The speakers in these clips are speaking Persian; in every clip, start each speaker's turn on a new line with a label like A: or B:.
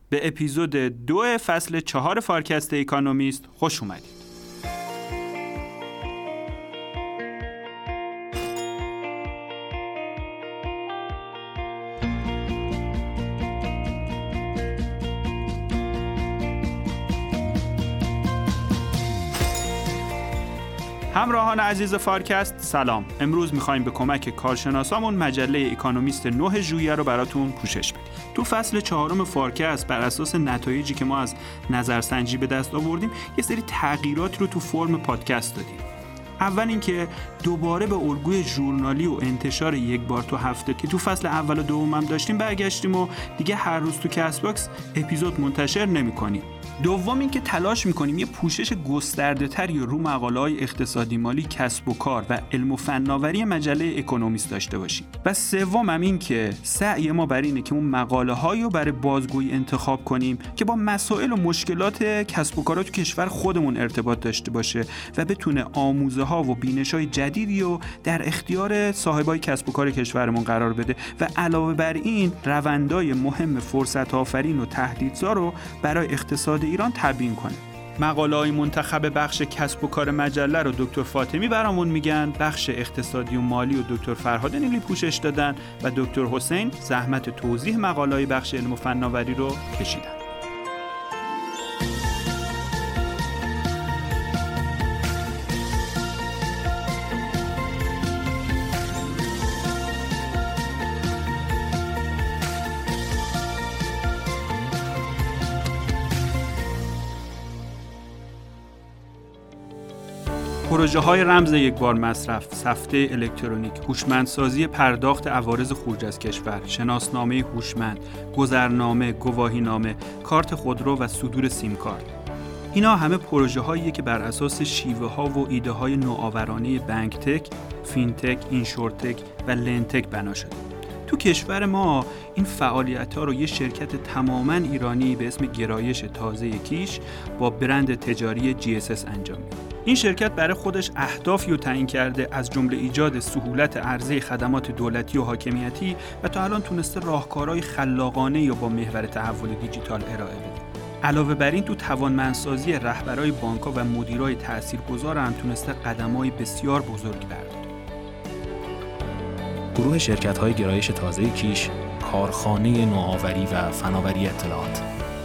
A: به اپیزود 2 فصل 4 فارکست اکونومیست خوش اومدید. همراهان عزیز فارکست سلام. امروز میخوایم به کمک کارشناسامون مجله اکونومیست 9 ژوئیه رو براتون پوشش بدیم. تو فصل 4 فارکست بر اساس نتایجی که ما از نظرسنجی به دست آوردیم یه سری تغییرات رو تو فرم پادکست دادیم. اول اینکه دوباره به الگوی ژورنالی و انتشار یک بار تو هفته که تو فصل اول و دوم هم داشتیم برگشتیم و دیگه هر روز تو کست باکس اپیزود منتشر نمی‌کنیم. دوم اینکه تلاش می‌کنیم یه پوشش گسترده‌تری رو مقاله‌های اقتصادی مالی، کسب و کار و علم و فناوری مجله اکونومیست داشته باشیم. و سوم هم این که سعی ما بر اینه که اون مقاله‌هایی رو برای بازگویی انتخاب کنیم که با مسائل و مشکلات کسب و کارها تو کشور خودمون ارتباط داشته باشه و بتونه آموزه‌ها و بینش‌های جدیدی رو در اختیار صاحبای کسب و کار کشورمون قرار بده و علاوه بر این روندهای مهم فرصت آفرین و تهدیدزا رو برای اقتصاد ایران تبیین کنه. مقاله‌های منتخب بخش کسب و کار مجله رو دکتر فاطمی برامون میگن، بخش اقتصادی و مالی و دکتر فرهاد نیلی پوشش دادن و دکتر حسین زحمت توضیح مقاله‌های بخش علم و فناوری رو کشیدن. پروژه‌های رمز یک بار مصرف، سفته الکترونیک، هوشمندسازی پرداخت عوارض خروج از کشور، شناسنامه هوشمند، گذرنامه، گواهینامه، کارت خودرو و صدور سیم کارت. اینا همه پروژه‌هاییه که بر اساس شیوه‌ها و ایده‌های نوآورانه بانک تک، فینتک، اینشورتک و لنتک بنا شده. تو کشور ما این فعالیت‌ها رو یه شرکت تماماً ایرانی به اسم گرایش تازه کیش با برند تجاری GSS انجام میده. این شرکت برای خودش اهدافی رو تعیین کرده، از جمله ایجاد سهولت عرضه خدمات دولتی و حاکمیتی و تا الان تونسته راهکارهای خلاقانه یا با محور تحول دیجیتال ارائه بده. علاوه بر این تو توانمندسازی رهبرای بانک‌ها و مدیرای تاثیرگذار هم تونسته قدم‌های بسیار بزرگی برداره.
B: گروه شرکت‌های گرایش تازه کیش، کارخانه نوآوری و فناوری اطلاعات.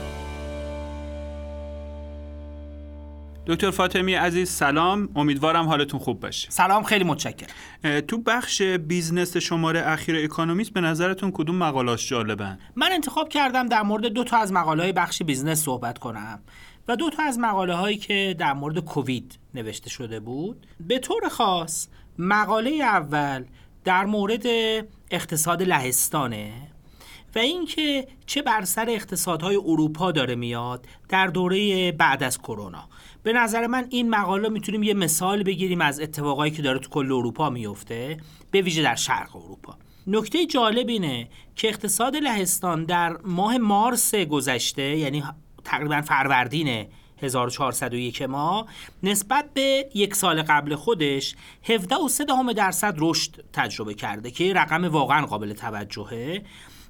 A: دکتر فاطمی عزیز سلام، امیدوارم حالتون خوب باشه.
C: سلام، خیلی متشکرم.
A: تو بخش بیزنس شماره اخیر اکونومیست به نظرتون کدوم مقالاش جالبن؟
C: من انتخاب کردم در مورد 2 از مقاله‌های بخش بیزنس صحبت کنم و 2 از مقاله‌هایی که در مورد کووید نوشته شده بود. به طور خاص مقاله اول در مورد اقتصاد لهستانه و اینکه چه بر سر اقتصادهای اروپا داره میاد در دوره بعد از کرونا. به نظر من این مقاله میتونیم یه مثال بگیریم از اتفاقایی که داره تو کل اروپا میفته، به ویژه در شرق اروپا. نکته جالب اینه که اقتصاد لهستان در ماه مارس گذشته، یعنی تقریبا فروردین 1401 ماه، نسبت به یک سال قبل خودش 17.3% رشد تجربه کرده که رقم واقعا قابل توجهه.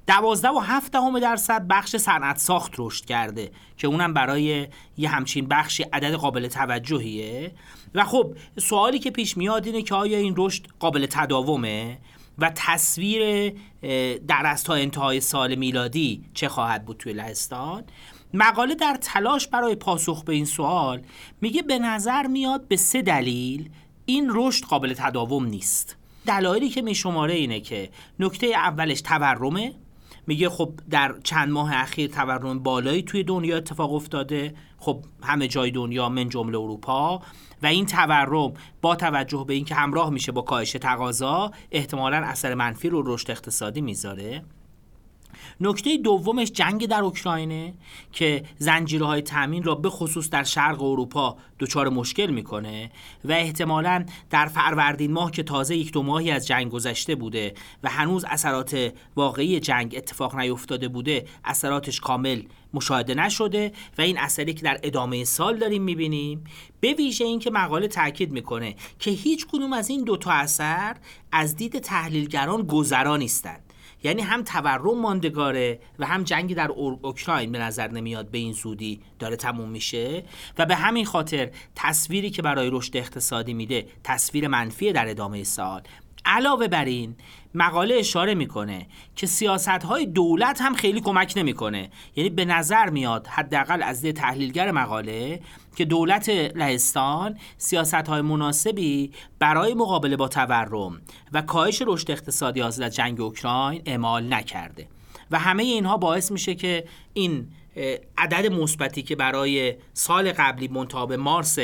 C: 12.7% بخش صنعت ساخت رشد کرده که اونم برای یه همچین بخشی عدد قابل توجهیه. و خب سوالی که پیش میاد اینه که آیا این رشد قابل تداومه و تصویر در از تا انتهای سال میلادی چه خواهد بود توی لهستان. مقاله در تلاش برای پاسخ به این سوال میگه به نظر میاد به 3 دلیل این رشد قابل تداوم نیست. دلایلی که میشماره اینه که نکته اولش تورمه. میگه خب در چند ماه اخیر تورم بالایی توی دنیا اتفاق افتاده، خب همه جای دنیا من جمله اروپا، و این تورم با توجه به اینکه همراه میشه با کاهش تقاضا احتمالاً اثر منفی رو رشد اقتصادی میذاره. نکته دومش جنگ در اوکراینه که زنجیرهای تامین را به خصوص در شرق اروپا دچار مشکل میکنه و احتمالاً در فروردین ماه که تازه 1-2 ماهی از جنگ گذشته بوده و هنوز اثرات واقعی جنگ اتفاق نیفتاده بوده، اثراتش کامل مشاهده نشده و این اثری که در ادامه سال داریم میبینیم. به ویژه این که مقاله تاکید میکنه که هیچ کدوم از این 2 اثر از دید تحلیلگران گذرا نیستند. یعنی هم تورم ماندگاره و هم جنگی در اوکراین به نظر نمیاد به این زودی داره تموم میشه و به همین خاطر تصویری که برای رشد اقتصادی میده تصویر منفیه در ادامه سال. علاوه بر این مقاله اشاره میکنه که سیاست‌های دولت هم خیلی کمک نمیکنه. یعنی به نظر میاد حداقل از دید تحلیلگر مقاله که دولت لهستان سیاست‌های مناسبی برای مقابله با تورم و کاهش رشد اقتصادی حاصل از جنگ اوکراین اعمال نکرده و همه اینها باعث میشه که این عدد مثبتی که برای سال قبلی منتهی به مارس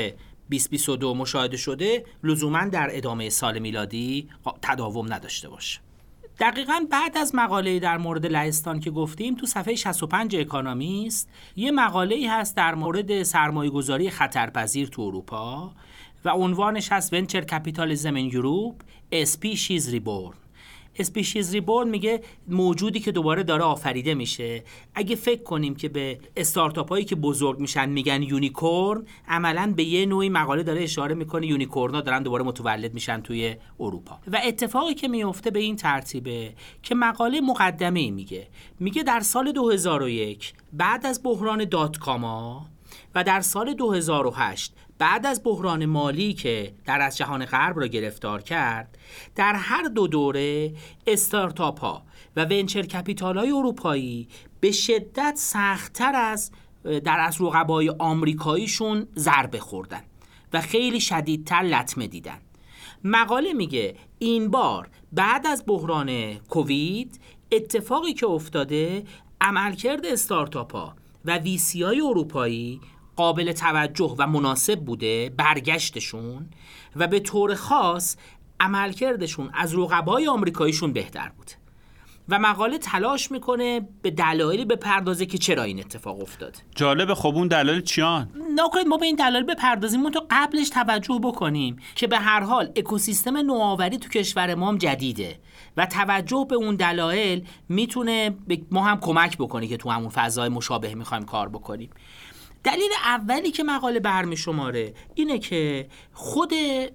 C: 2022 مشاهده شده لزوماً در ادامه سال میلادی تداوم نداشته باشه. دقیقاً بعد از مقاله در مورد لهستان که گفتیم تو صفحه 65 اکانومیست یه مقاله‌ای هست در مورد سرمایه‌گذاری خطرپذیر تو اروپا و عنوانش هست Venture Capitalism in Europe A Species Reborn. اسپیشیز ریبورن میگه موجودی که دوباره داره آفریده میشه. اگه فکر کنیم که به استارتاپ هایی که بزرگ میشن میگن یونیکورن، عملاً به یه نوعی مقاله داره اشاره میکنه یونیکورنا دارن دوباره متولد میشن توی اروپا. و اتفاقی که میفته به این ترتیبه که مقاله مقدمه‌ای میگه در سال 2001 بعد از بحران داتکاما و در سال 2008 بعد از بحران مالی که در از جهان غرب را گرفتار کرد، در هر دو دوره استارتاپ ها و ونچر کپیتال های اروپایی به شدت سخت‌تر از در از رقبای آمریکاییشون ضربه خوردن و خیلی شدیدتر لطمه دیدن. مقاله میگه این بار بعد از بحران کووید اتفاقی که افتاده عملکرد استارتاپ ها و ویسی های اروپایی قابل توجه و مناسب بوده برگشتشون و به طور خاص عملکردشون از رقبای آمریکاییشون بهتر بوده و مقاله تلاش میکنه به دلایلی بپردازه که چرا این اتفاق افتاد.
A: جالبه. خب اون دلایل چیان؟
C: نکنید ما به این دلایل بپردازیم تو قبلش توجه بکنیم که به هر حال اکوسیستم نوآوری تو کشور ما هم جدیده و توجه به اون دلایل میتونه ما هم کمک بکنه که تو همون فضای مشابه میخوایم کار بکنیم. دلیل اولی که مقاله برمی شماره اینه که خود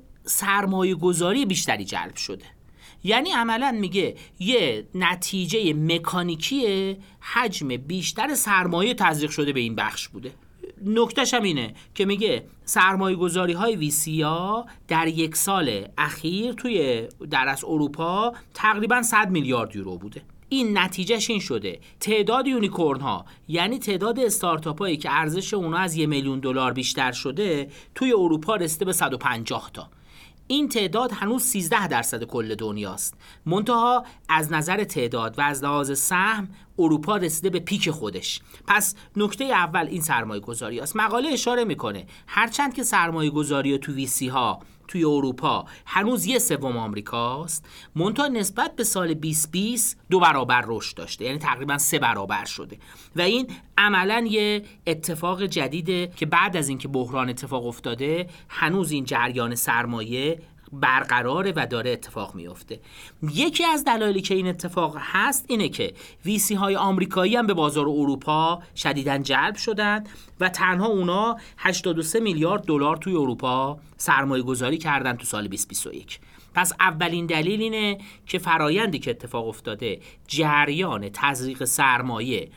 C: سرمایه گذاری بیشتری جلب شده. یعنی عملاً میگه یه نتیجه مکانیکی حجم بیشتر سرمایه تزریق شده به این بخش بوده. نکتهش هم اینه که میگه سرمایه گذاری های ویسیا در یک سال اخیر توی در از اروپا تقریباً 100 میلیارد یورو بوده. این نتیجهش این شده تعداد یونیکورن ها، یعنی تعداد استارتاپ هایی که ارزش اونا از $1 میلیون بیشتر شده توی اروپا رسیده به 150 تا. این تعداد هنوز 13% کل دنیاست. منتها از نظر تعداد و از لحاظ سهم اروپا رسیده به پیک خودش. پس نکته اول این سرمایه گذاری است. مقاله اشاره میکنه هرچند که سرمایه گذاری تو ویسی ها توی اروپا هنوز 1/3 آمریکاست، منتها نسبت به سال 2020 2 برابر رشد داشته، یعنی تقریبا 3 برابر شده و این عملاً یه اتفاق جدیده که بعد از اینکه بحران اتفاق افتاده هنوز این جریان سرمایه برقراره و داره اتفاق میفته. یکی از دلایلی که این اتفاق هست اینه که ویسی های آمریکایی هم به بازار اروپا شدیداً جلب شدن و تنها اونا 83 میلیارد دلار توی اروپا سرمایه گذاری کردن تو سال 2021. پس اولین دلیل اینه که فرایندی که اتفاق افتاده جریان تزریق سرمایه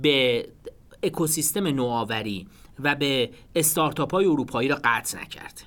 C: به اکوسیستم نوآوری و به استارتاپ های اروپایی را قطع نکرده.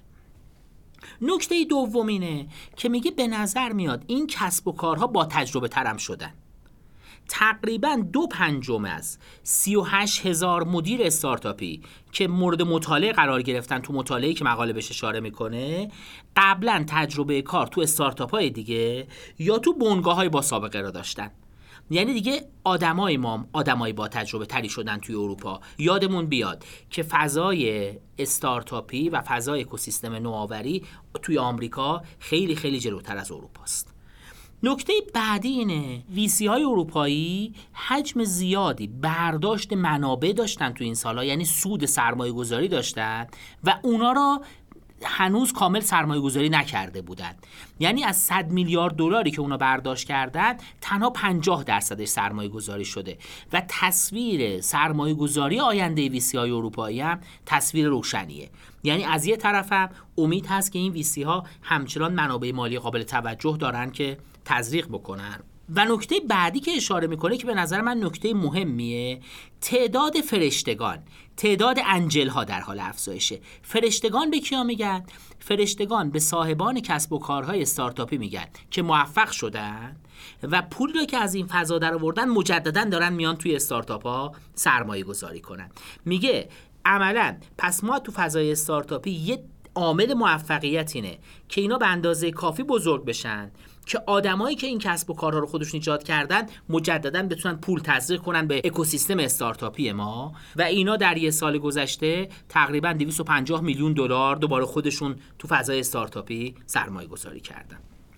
C: نکته دوم اینه که میگه به نظر میاد این کسب و کارها با تجربه ترم شدن. تقریباً 2/5 از 38,000 مدیر استارتاپی که مورد مطالعه قرار گرفتن تو مطالعه‌ای که مقاله بهش اشاره میکنه قبلاً تجربه کار تو استارتاپ‌های دیگه یا تو بنگاه‌های با سابقه را داشتن. یعنی دیگه آدمای با تجربه تری شدن توی اروپا. یادمون بیاد که فضای استارتاپی و فضای اکوسیستم نوآوری توی آمریکا خیلی خیلی جلوتر از اروپاست. نکته بعدی اینه ویسی های اروپایی حجم زیادی برداشت منابع داشتن توی این سالا، یعنی سود سرمایه گذاری داشتن و اونا را هنوز کامل سرمایه گذاری نکرده بودن. یعنی از 100 میلیارد دلاری که اونا برداشت کردن تنها 50% سرمایه گذاری شده و تصویر سرمایه گذاری آینده ویسی های اروپایی هم تصویر روشنیه. یعنی از یه طرف هم امید هست که این ویسی ها همچنان منابع مالی قابل توجه دارن که تزریق بکنن و نکته بعدی که اشاره میکنه که به نظر من نکته مهمیه، تعداد فرشتگان، تعداد انجل ها در حال افزایشه. فرشتگان به کیا میگن؟ فرشتگان به صاحبان کسب و کارهای استارتاپی میگن که موفق شدن و پولی رو که از این فضا در آوردن مجددا دارن میان توی استارتاپ ها سرمایه گذاری کنن. میگه عملا پس ما تو فضای استارتاپی یه عامل موفقیت اینه که اینا به اندازه کافی بزرگ بشن که آدمایی که این کسب و کارها رو خودشون ایجاد کردن مجددا بتونن پول تزریق کنن به اکوسیستم استارتاپی ما و اینا در یه سال گذشته تقریبا 250 میلیون دلار دوباره خودشون تو فضای استارتاپی سرمایه گذاری کردن.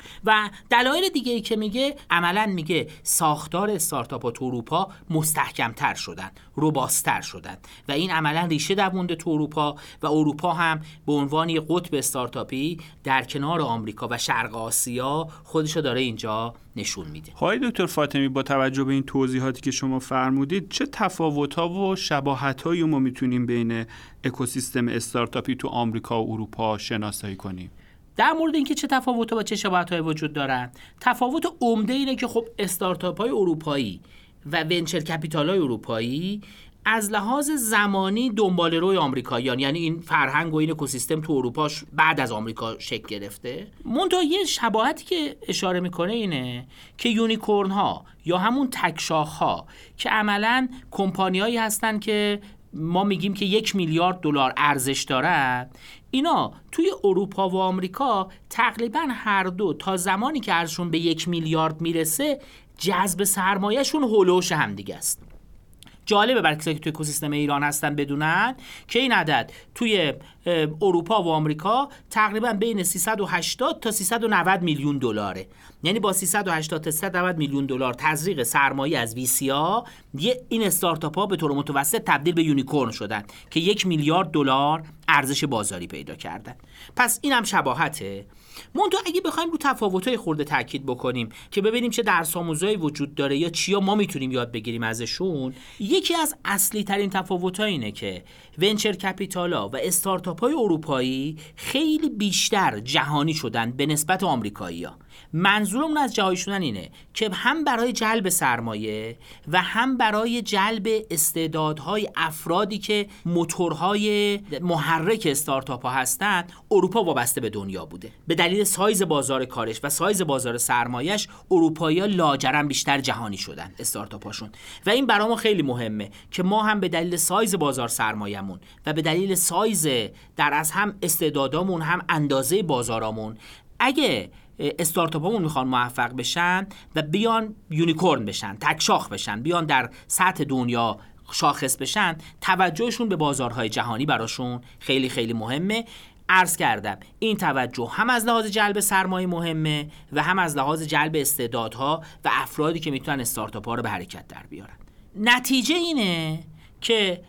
C: و دلایل دیگه ای که میگه، عملا میگه ساختار استارتاپ‌ها تو اروپا مستحکم‌تر شدن، روباست‌تر شدن و این عملا ریشه دوونده تو اروپا و اروپا هم به عنوان یه قطب استارتاپی در کنار آمریکا و شرق آسیا خودشو داره اینجا نشون میده.
A: های دکتر فاطمی، با توجه به این توضیحاتی که شما فرمودید، چه تفاوت‌ها و شباهت‌هایی ما میتونیم بین اکوسیستم استارتاپی تو آمریکا و اروپا شناسایی کنیم؟
C: در مورد اینکه چه تفاوت‌ها و چه شباهت‌هایی وجود دارن، تفاوت عمده اینه که خب استارتاپ‌های اروپایی و ونچر کپیتال‌های اروپایی از لحاظ زمانی دنبال روی آمریکاییان، یعنی این فرهنگ و این اکوسیستم تو اروپا بعد از آمریکا شکل گرفته. منتها یه شباهتی که اشاره میکنه اینه که یونیکورن ها یا همون تکشاخ ها که عملاً کمپانیایی هستن که ما میگیم که 1 میلیارد دلار ارزش دارن، اینا توی اروپا و آمریکا تقریباً هر دو تا زمانی که ارزششون به 1 میلیارد میرسه جذب سرمایه‌شون هولوش هم دیگه است. جالبه برای کسایی که توی اکوسیستم ایران هستن بدونن که این عدد توی اروپا و آمریکا تقریبا بین 380 تا 390 میلیون دلاره. یعنی با 380 تا 390 میلیون دلار تزریق سرمایه از ویسیا این استارتاپ ها به طور متوسط تبدیل به یونیکورن شدن که 1 میلیارد دلار ارزش بازاری پیدا کردن. پس این هم شباهته. منتها اگه بخوایم رو تفاوت‌های خورده تاکید بکنیم که ببینیم چه درس آموزایی وجود داره یا چیا ما میتونیم یاد بگیریم ازشون، یکی از اصلی ترین تفاوت‌ها اینه که ونچر کپیتال‌ها و استارتاپ‌های اروپایی خیلی بیشتر جهانی شدن به نسبت آمریکایی‌ها. منظورمون از جهانی شدن اینه که هم برای جلب سرمایه و هم برای جلب استعدادهای افرادی که موتورهای محرک استارتاپ‌ها هستن، اروپا وابسته به دنیا بوده. به دلیل سایز بازار کارش و سایز بازار سرمایه‌اش اروپایی‌ها لاجرم بیشتر جهانی شدن استارتاپ‌هاشون و این برامون خیلی مهمه که ما هم به دلیل سایز بازار سرمایه‌مون و به دلیل سایز در از هم استعدادامون هم اندازه بازارامون، اگه استارتاپامون میخوان موفق بشن و بیان یونیکورن بشن، تکشاخ بشن، بیان در سطح دنیا شاخص بشن، توجهشون به بازارهای جهانی براشون خیلی خیلی مهمه. عرض کردم این توجه هم از لحاظ جلب سرمایه مهمه و هم از لحاظ جلب استعدادها و افرادی که میتونن استارتاپ‌ها رو به حرکت در بیارن. نتیجه اینه که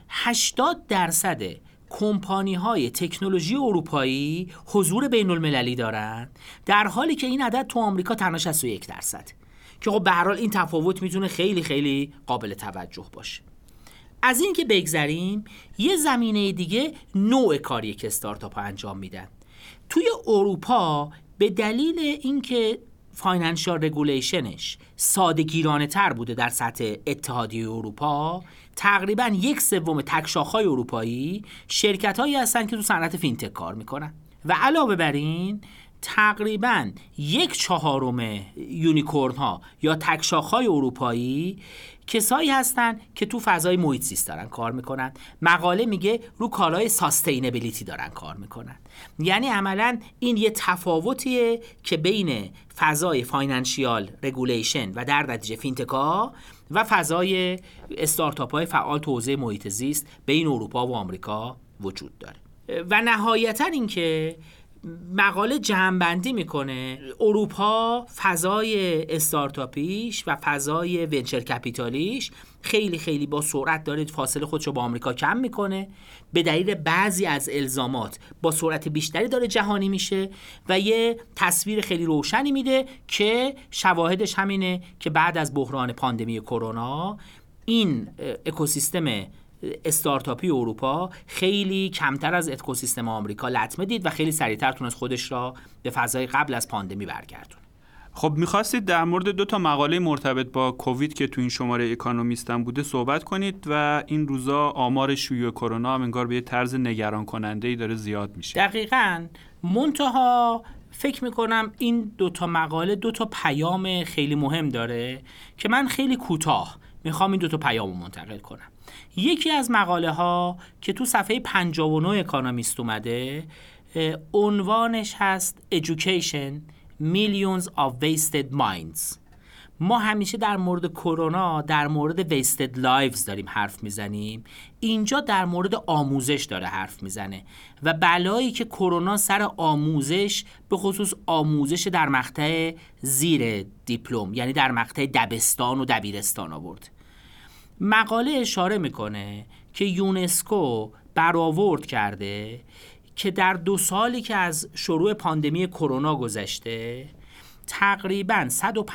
C: 80% کمپانی‌های تکنولوژی اروپایی حضور بین‌المللی دارن، در حالی که این عدد تو آمریکا تنها 61%، که خب به هر حال این تفاوت میتونه خیلی خیلی قابل توجه باشه. از این که بگذریم، یه زمینه دیگه نوع کاری که استارتاپ ها انجام میدن. توی اروپا به دلیل اینکه فاینانشال رگولیشنش ساده‌گیرانه تر بوده در سطح اتحادیه اروپا، تقریباً 1/3 تکشاخ‌های اروپایی شرکت‌هایی هستن که تو صنعت فینتک کار میکنن و علاوه بر این تقریباً 1/4 یونیکورن ها یا تکشاخ‌های اروپایی کسایی هستن که تو فضای محیط زیست دارن کار میکنن. مقاله میگه رو کالای ساستینبیلیتی دارن کار میکنن. یعنی عملاً این یه تفاوتیه که بین فضای فاینانشیال رگولیشن و در نتیجه فینتکا و فضای استارتاپ‌های فعال تو حوزه محیط زیست بین اروپا و آمریکا وجود داره. و نهایتاً این که مقاله جمع‌بندی میکنه اروپا فضای استارتاپیش و فضای ونچر کپیتالیش خیلی خیلی با سرعت داره فاصله خودشو با آمریکا کم میکنه، به دلیل بعضی از الزامات با سرعت بیشتری داره جهانی میشه و یه تصویر خیلی روشنی میده که شواهدش همینه که بعد از بحران پاندمی کرونا این اکوسیستم استارتاپی اروپا خیلی کمتر از اکوسیستم آمریکا لطمه دید و خیلی سریعتر تونست خودش را به فضای قبل از پاندمی برگردونه.
A: خب می‌خواستید در مورد 2 مقاله مرتبط با کووید که تو این شماره اکونومیست هم بوده صحبت کنید و این روزا آمار شیوع کرونا هم انگار به یه طرز نگران کننده‌ای داره زیاد میشه.
C: دقیقاً. منتها فکر میکنم این 2 مقاله 2 پیام خیلی مهم داره که من خیلی کوتاه میخوام این 2 پیام رو منتقل کنم. یکی از مقاله ها که تو صفحه 59 اکونومیست اومده عنوانش هست Education Millions of Wasted Minds. ما همیشه در مورد کرونا در مورد wasted lives داریم حرف میزنیم، اینجا در مورد آموزش داره حرف میزنه و بلایی که کرونا سر آموزش به خصوص آموزش در مقطع زیر دیپلم یعنی در مقطع دبستان و دبیرستان آورد. مقاله اشاره میکنه که یونسکو برآورد کرده که در 2 سالی که از شروع پاندمی کرونا گذشته تقریباً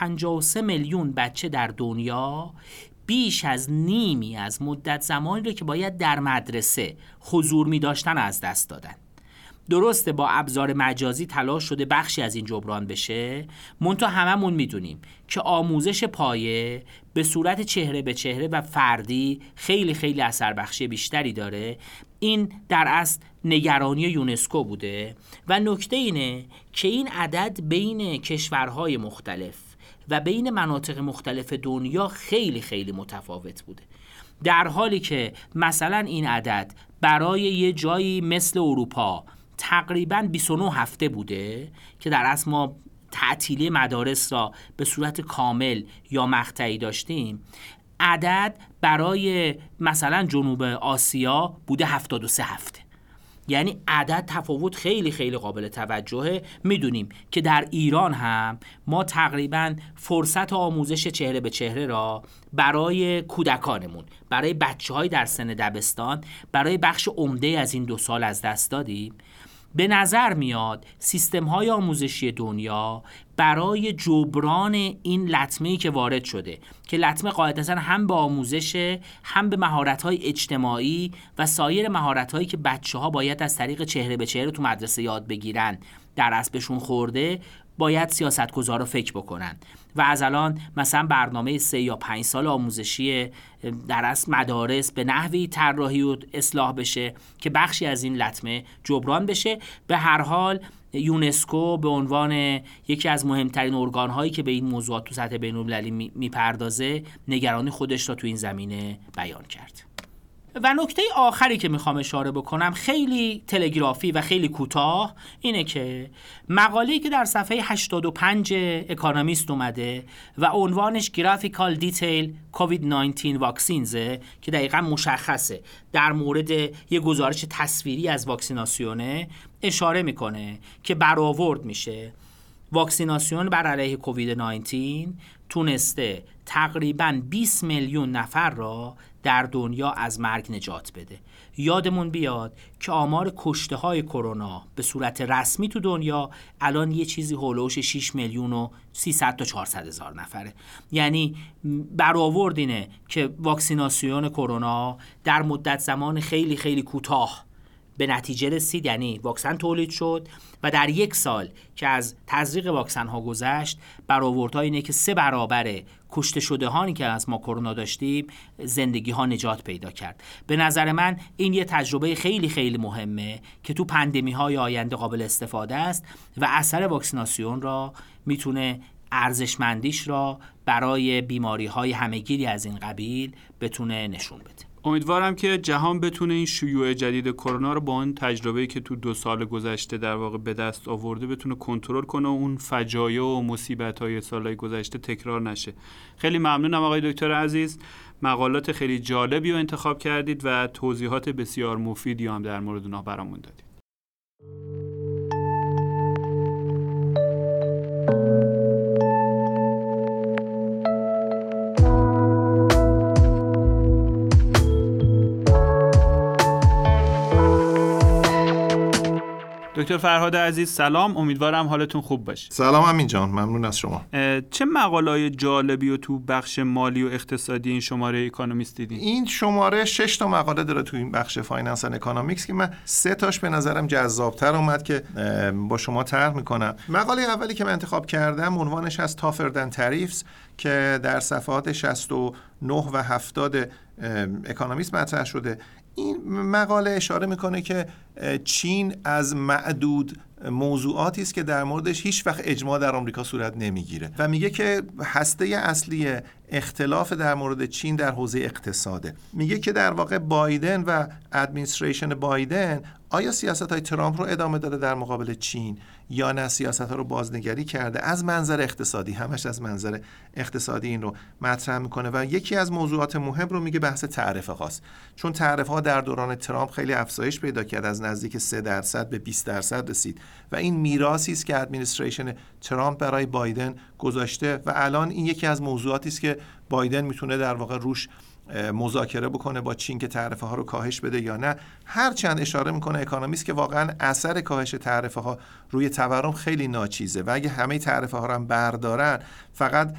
C: 153 میلیون بچه در دنیا بیش از نیمی از مدت زمانی رو که باید در مدرسه حضور می داشتن از دست دادن. درسته با ابزار مجازی تلاش شده بخشی از این جبران بشه، منتها هممون میدونیم که آموزش پایه به صورت چهره به چهره و فردی خیلی خیلی اثر بخشی بیشتری داره. این در اصل نگرانی یونسکو بوده و نکته اینه که این عدد بین کشورهای مختلف و بین مناطق مختلف دنیا خیلی خیلی متفاوت بوده، در حالی که مثلا این عدد برای یه جایی مثل اروپا تقریباً 29 هفته بوده که در اصل ما تعطیلی مدارس را به صورت کامل یا مقطعی داشتیم. عدد برای مثلا جنوب آسیا بوده 73 هفته. یعنی عدد تفاوت خیلی خیلی قابل توجهه. میدونیم که در ایران هم ما تقریباً فرصت آموزش چهره به چهره را برای کودکانمون، برای بچه‌های در سن دبستان، برای بخش عمده از این 2 سال از دست دادیم. به نظر میاد سیستم‌های آموزشی دنیا برای جبران این لطمه‌ای که وارد شده که لطمه قاعدتاً هم به آموزش هم به مهارت‌های اجتماعی و سایر مهارت‌هایی که بچه‌ها باید از طریق چهره به چهره تو مدرسه یاد بگیرن در اصل بهشون خورده، باید سیاستگزارا فکر بکنن و از الان مثلا برنامه 3 یا 5 سال آموزشی در اصل مدارس به نحوی طراحی و اصلاح بشه که بخشی از این لطمه جبران بشه. به هر حال یونسکو به عنوان یکی از مهمترین ارگان‌هایی که به این موضوعات تو سطح بین‌المللی میپردازه نگرانی خودش را تو این زمینه بیان کرد. و نکته آخری که میخوام اشاره بکنم خیلی تلگرافی و خیلی کوتاه اینه که مقاله‌ای که در صفحه 85 اکونومیست اومده و عنوانش گرافیکال دیتیل کووید-19 واکسینزه که دقیقاً مشخصه در مورد یه گزارش تصویری از واکسیناسیونه، اشاره میکنه که برآورد میشه واکسیناسیون بر علیه کووید 19 تونسته تقریباً 20 میلیون نفر را در دنیا از مرگ نجات بده. یادمون بیاد که آمار کشته های کرونا به صورت رسمی تو دنیا الان یه چیزی هولوش 6 میلیون و 300 تا 400 هزار نفره. یعنی برآورد اینه که واکسیناسیون کرونا در مدت زمان خیلی خیلی کوتاه به نتیجه رسید، یعنی واکسن تولید شد و در 1 سال که از تزریق واکسن ها گذشت برآوردها اینه که 3 برابر کشته شده هایی که از ما کرونا داشتیم زندگی ها نجات پیدا کرد. به نظر من این یه تجربه خیلی خیلی مهمه که تو پندمی های آینده قابل استفاده است و اثر واکسیناسیون را میتونه ارزشمندیش را برای بیماری های همه‌گیری از این قبیل بتونه نشون بده.
A: امیدوارم که جهان بتونه این شیوع جدید کرونا رو با اون تجربه‌ای که تو 2 سال گذشته در واقع به دست آورده بتونه کنترل کنه و اون فجایع و مصیبت‌های سالهای گذشته تکرار نشه. خیلی ممنونم آقای دکتر عزیز، مقالات خیلی جالبی رو انتخاب کردید و توضیحات بسیار مفیدی هم در مورد اونها برامون دادید. دکتر فرهاد عزیز سلام، امیدوارم حالتون خوب باشه.
D: سلام امین جان، ممنون از شما.
A: چه مقاله‌های جالبی رو تو بخش مالی و اقتصادی این شماره اکونومیست دیدین؟
D: این شماره 6 تا مقاله داره تو این بخش فایننس اند اکونومیکس که من 3 تاش به نظرم جذاب‌تر اومد که با شما طرح می‌کنم. مقاله اولی که من انتخاب کردم عنوانش از تافر دن تریفز که در صفحات 69 و 70 اکونومیست مطرح شده. این مقاله اشاره میکنه که چین از معدود موضوعاتی است که در موردش هیچ وقت اجماع در آمریکا صورت نمیگیره و میگه که هسته اصلی اختلاف در مورد چین در حوزه اقتصاده. میگه که در واقع بایدن و ادمنستریشن بایدن آیا سیاست‌های ترامپ رو ادامه داده در مقابل چین یا نه سیاست‌ها رو بازنگری کرده از منظر اقتصادی، همش از منظر اقتصادی این رو مطرح میکنه و یکی از موضوعات مهم رو میگه بحث تعرفه هاست، چون تعرفه ها در دوران ترامپ خیلی افزایش پیدا کرد، از نزدیک 3% به 20% رسید و این میراثی است که ادمنستریشن ترامپ برای بایدن گذاشته و الان این یکی از موضوعاتی است که بایدن میتونه در واقع روش مذاکره بکنه با چین که تعرفه ها رو کاهش بده یا نه. هرچند اشاره میکنه اکونومیست که واقعا اثر کاهش تعرفه ها روی تورم خیلی ناچیزه و اگه همه تعرفه ها رو هم بردارن فقط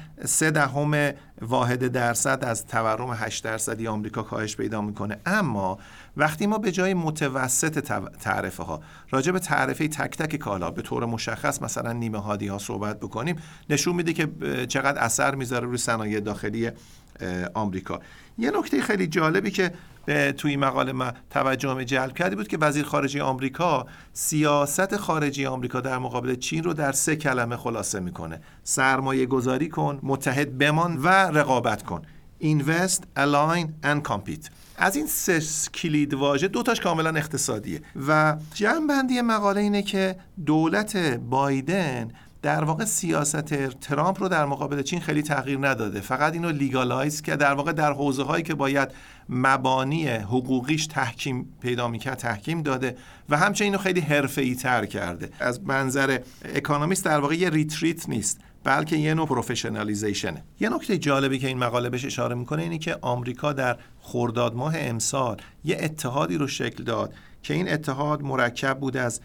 D: 0.3% از تورم 8% آمریکا کاهش پیدا میکنه. اما وقتی ما به جای متوسط تعرفه ها راجع به تعرفه تک تک کالا به طور مشخص مثلا نیمه هادی ها صحبت بکنیم، نشون میده که چقدر اثر میذاره روی صنایع داخلی آمریکا. یه نکته خیلی جالبی که توی مقاله من توجهم جلب کردی بود که وزیر خارجه آمریکا سیاست خارجی آمریکا در مقابل چین رو در 3 کلمه خلاصه میکنه: سرمایه گذاری کن، متحد بمان و رقابت کن. Invest, align and compete. از این 3 کلید واژه 2 تاش کاملا اقتصادیه و جمع‌بندی مقاله اینه که دولت بایدن در واقع سیاست ترامپ رو در مقابل چین خیلی تغییر نداده، فقط اینو لیگالایز که در واقع در حوزه‌هایی که باید مبانی حقوقیش تحکیم پیدا می‌کرد تحکیم داده و همچنین اینو خیلی حرفه‌ای‌تر کرده. از منظر اکونومیست در واقع یه ریتریت نیست بلکه یه نوع پروفشنالیزیشنه. یه نکته جالبی که این مقاله بهش اشاره میکنه اینه که آمریکا در خرداد ماه امسال یه اتحادی رو شکل داد که این اتحاد مرکب بود از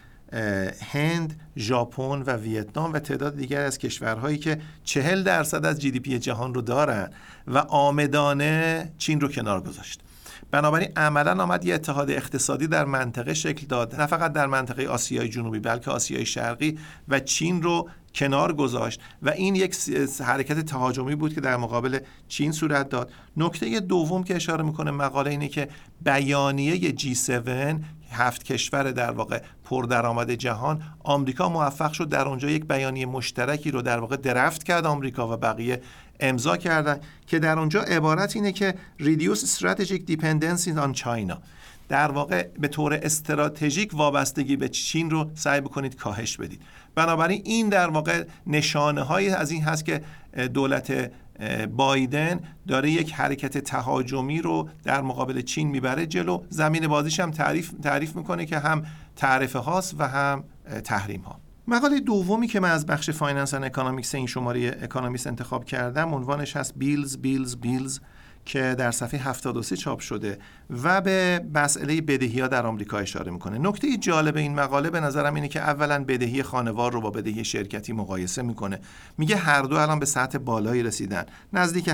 D: هند، ژاپن و ویتنام و تعداد دیگر از کشورهایی که 40% از جی دی پی جهان رو دارن و عامدانه چین رو کنار گذاشت. بنابراین عملاً آمد یه اتحاد اقتصادی در منطقه شکل داد، نه فقط در منطقه آسیای جنوبی بلکه آسیای شرقی، و چین رو کنار گذاشت و این یک حرکت تهاجمی بود که در مقابل چین صورت داد. نکته دوم که اشاره میکنه مقاله اینه که بیانیه G7 7 کشور در واقع پردرآمد جهان، آمریکا موفق شد در اونجا یک بیانیه مشترکی رو در واقع درفت کرد آمریکا و بقیه امضا کردن که در اونجا عبارت اینه که reduce strategic dependency on China، در واقع به طور استراتژیک وابستگی به چین رو سعی بکنید کاهش بدید. بنابراین این در واقع نشانه هایی از این هست که دولت بایدن داره یک حرکت تهاجمی رو در مقابل چین میبره جلو. زمین بازیش هم تعریف میکنه که هم تعرفه هاست و هم تحریم ها. مقاله دومی که من از بخش فایننس اند اکونومیکس این شماره اکونومیست انتخاب کردم عنوانش هست بیلز که در صفحه 73 چاپ شده و به مسئله بدهی‌ها در آمریکا اشاره میکنه. نکته جالب این مقاله به نظرم اینه که اولا بدهی خانوار رو با بدهی شرکتی مقایسه میکنه. میگه هر دو الان به سطح بالایی رسیدن، نزدیک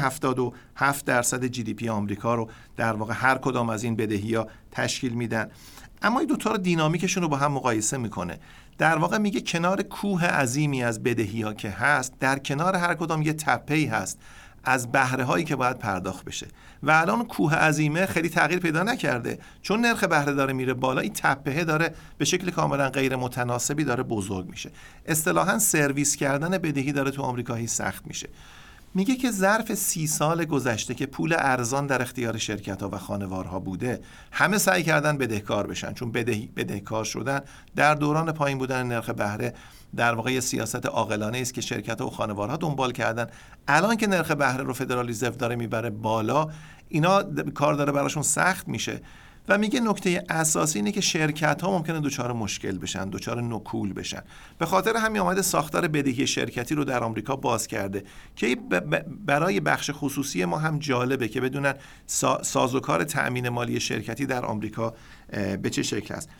D: 77% جی دی پی آمریکا رو در واقع هر کدام از این بدهی‌ها تشکیل میدن. اما این دوتا رو دینامیکشون رو با هم مقایسه میکنه. در واقع میگه کنار کوه عظیمی از بدهی‌ها که هست، در کنار هر کدام یه تپه‌ای هست از بهره هایی که باید پرداخت بشه و الان کوه عظیمه خیلی تغییر پیدا نکرده، چون نرخ بهره داره میره بالا، این تپه داره به شکل کاملا غیر متناسبی داره بزرگ میشه. اصطلاحاً سرویس کردن بدهی داره تو آمریکا سخت میشه. میگه که ظرف 30 سال گذشته که پول ارزان در اختیار شرکت‌ها و خانوارها بوده، همه سعی کردن بدهکار بشن، چون بدهکار شدن در دوران پایین بودن نرخ بهره در واقع سیاست عاقلانه است که شرکت‌ها و خانوارها دنبال کردن. الان که نرخ بهره رو فدرال رزرو داره میبره بالا، اینا کار داره براشون سخت میشه و میگه نکته اساسی اینه که شرکت‌ها ممکنه دچار مشکل بشن، دچار نکول بشن. به خاطر همین اومده ساختار بدهی شرکتی رو در آمریکا باز کرده که برای بخش خصوصی ما هم جالبه که بدونن سازوکار تأمین مالی شرکتی در آمریکا به چه شکل است.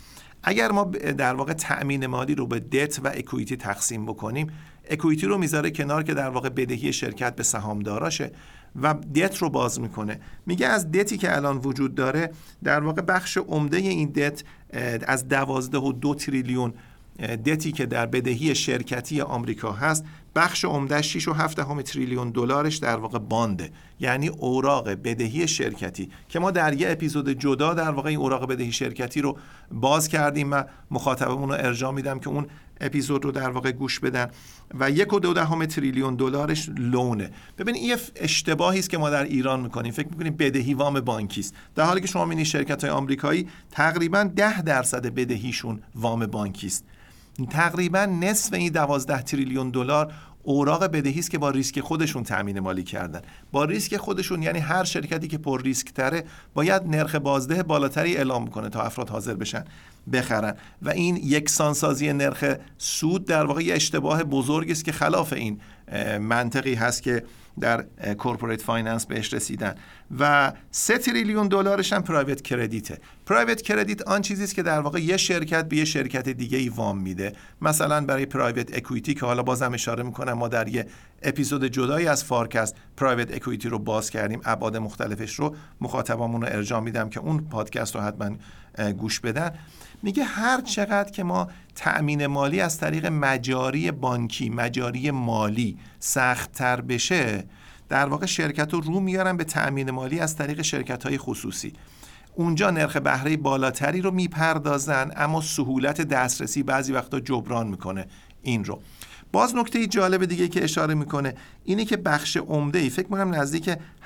D: اگر ما در واقع تأمین مالی رو به دت و اکویتی تقسیم بکنیم، اکویتی رو میذاره کنار که در واقع بدهی شرکت به سهامداراشه و دت رو باز میکنه. میگه از دتی که الان وجود داره در واقع بخش عمده این دت از 12.2 تریلیون دتی که در بدهی شرکتی آمریکا هست، بخش عمده 6.7 تریلیون دلارش در واقع بانده، یعنی اوراق بدهی شرکتی که ما در یه اپیزود جدا در واقع این اوراق بدهی شرکتی رو باز کردیم و مخاطبمون رو ارجاع میدم که اون اپیزود رو در واقع گوش بدن و 1.2 تریلیون دلارش لونه. ببین این اشتباهی است که ما در ایران میکنیم، فکر میکنیم بدهی وام بانکی است، در حالی که شما میبینید شرکت‌های آمریکایی تقریبا 10% بدهیشون وام بانکی است. تقریبا نصف این 12 تریلیون دلار اوراق بدهی است که با ریسک خودشون تامین مالی کردن. با ریسک خودشون یعنی هر شرکتی که پر ریسک تره باید نرخ بازده بالاتری اعلام کنه تا افراد حاضر بشن بخرن و این یکسانسازی نرخ سود در واقع یه اشتباه بزرگی است که خلاف این منطقی هست که در کورپوریت فایننس بهش رسیدن. و 3 تریلیون دلارش هم پرایوت کردیته. پرایوت کردیت آن چیزی است که در واقع یه شرکت به یه شرکت دیگه ای وام میده. مثلا برای پرایوت اکویتی که حالا بازم اشاره میکنم ما در یه اپیزود جدایی از فارکست پرایوت اکویتی رو باز کردیم، ابعاد مختلفش رو مخاطبامون رو ارجاع میدم که اون پادکست رو حتما گوش بدن. میگه هر چقدر که ما تأمین مالی از طریق مجاری بانکی، مجاری مالی سخت‌تر بشه، در واقع شرکت رو میارن به تأمین مالی از طریق شرکت‌های خصوصی. اونجا نرخ بهره بالاتری رو میپردازن اما سهولت دسترسی بعضی وقتا جبران میکنه این رو. باز نکته جالب دیگه که اشاره میکنه اینه که بخش عمده‌ای فکر می‌کنم نزدیک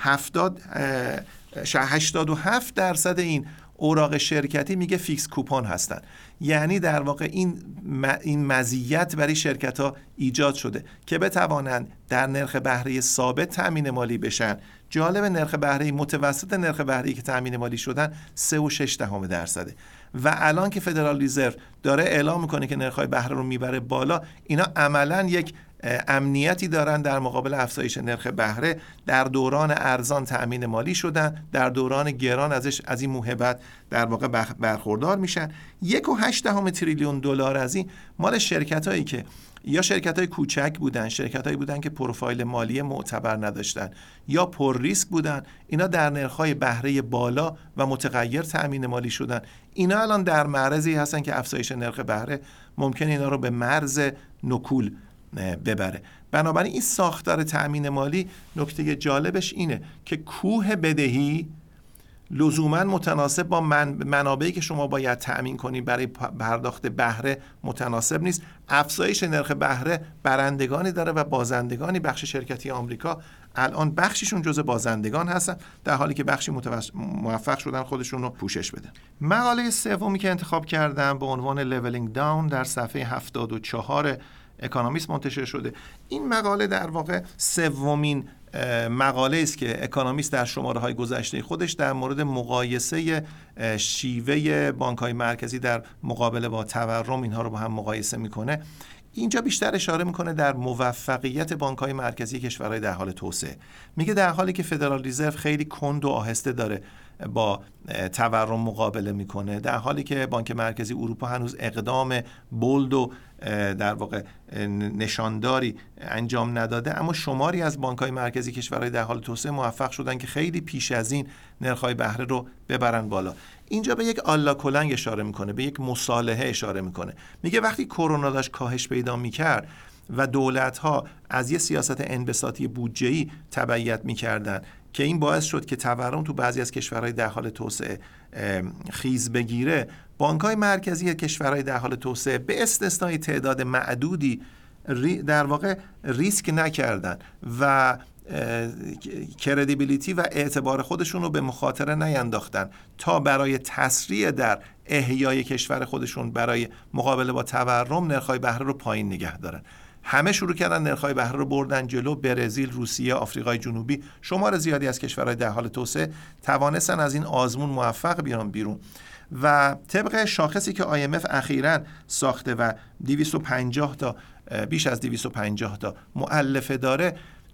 D: 87% این اوراق شرکتی میگه فیکس کوپن هستن، یعنی در واقع این مزیت برای شرکت ها ایجاد شده که بتوانند در نرخ بهره ثابت تأمین مالی بشن. جالب نرخ بهره متوسط نرخ بهره‌ای که تأمین مالی شدن 3.6% و الان که فدرال ریزرو داره اعلام میکنه که نرخ‌های بهره رو میبره بالا، اینا عملاً یک امنیتی دارن در مقابل افزایش نرخ بهره. در دوران ارزان تأمین مالی شدن، در دوران گران از این موهبت در واقع برخوردار میشن. 1.8 تریلیون دلار از این مال شرکتایی که یا شرکت‌های کوچک بودن، شرکت‌هایی بودن که پروفایل مالی معتبر نداشتن یا پر ریسک بودن، اینا در نرخ‌های بهره بالا و متغیر تأمین مالی شدن. اینا الان در معرضی هستن که افزایش نرخ بهره ممکن اینا رو به مرز نکول ببره. بنابراین این ساختار تأمین مالی نکته جالبش اینه که کوه بدهی لزوما متناسب با منابعی که شما باید تأمین کنید برای پرداخت بهره متناسب نیست. افزایش نرخ بهره برندگانی داره و بازندگانی. بخش شرکتی آمریکا الان بخششون جزء بازندگان هستن در حالی که بخشی موفق شدن خودشون رو پوشش بدن. مقاله سومی که انتخاب کردم به عنوان لیولینگ داون در صفحه 74 اکونومیست منتشر شده. این مقاله در واقع سومین مقاله است که اکونومیست در شماره‌های گذشته خودش در مورد مقایسه شیوه بانک‌های مرکزی در مقابله با تورم اینها رو با هم مقایسه میکنه. اینجا بیشتر اشاره میکنه در موفقیت بانک‌های مرکزی کشورهای در حال توسعه. میگه در حالی که فدرال ریزرو خیلی کند و آهسته داره با تورم مقابله میکنه، در حالی که بانک مرکزی اروپا هنوز اقدام بولد و در واقع نشانداری انجام نداده، اما شماری از بانک‌های مرکزی کشورهای در حال توسعه موفق شدن که خیلی پیش از این نرخ‌های بهره رو ببرن بالا. اینجا به یک آلا کلنگ اشاره میکنه، به یک مصالحه اشاره میکنه. میگه وقتی کرونا داشت کاهش پیدا میکرد و دولت‌ها از یه سیاست انبساطی بودجه‌ای تبعیت میکردن که این باعث شد که تورم تو بعضی از کشورهای در حال توسعه خیز بگیره، بانک‌های مرکزی کشورهای در حال توسعه به استثنای تعداد معدودی در واقع ریسک نکردن و کردیبیلیتی و اعتبار خودشون رو به مخاطره نینداختن تا برای تسریع در احیای کشور خودشون برای مقابله با تورم نرخ‌های بهره رو پایین نگه دارن. همه شروع کردن نرخ‌های بهره رو بردن جلو. برزیل، روسیه، آفریقای جنوبی، شمار زیادی از کشورهای در حال توسعه توانستن از این آزمون موفق بیان بیرون و طبق شاخصی که IMF اخیراً ساخته و 250 تا بیش از 250 تا مؤلفه داره،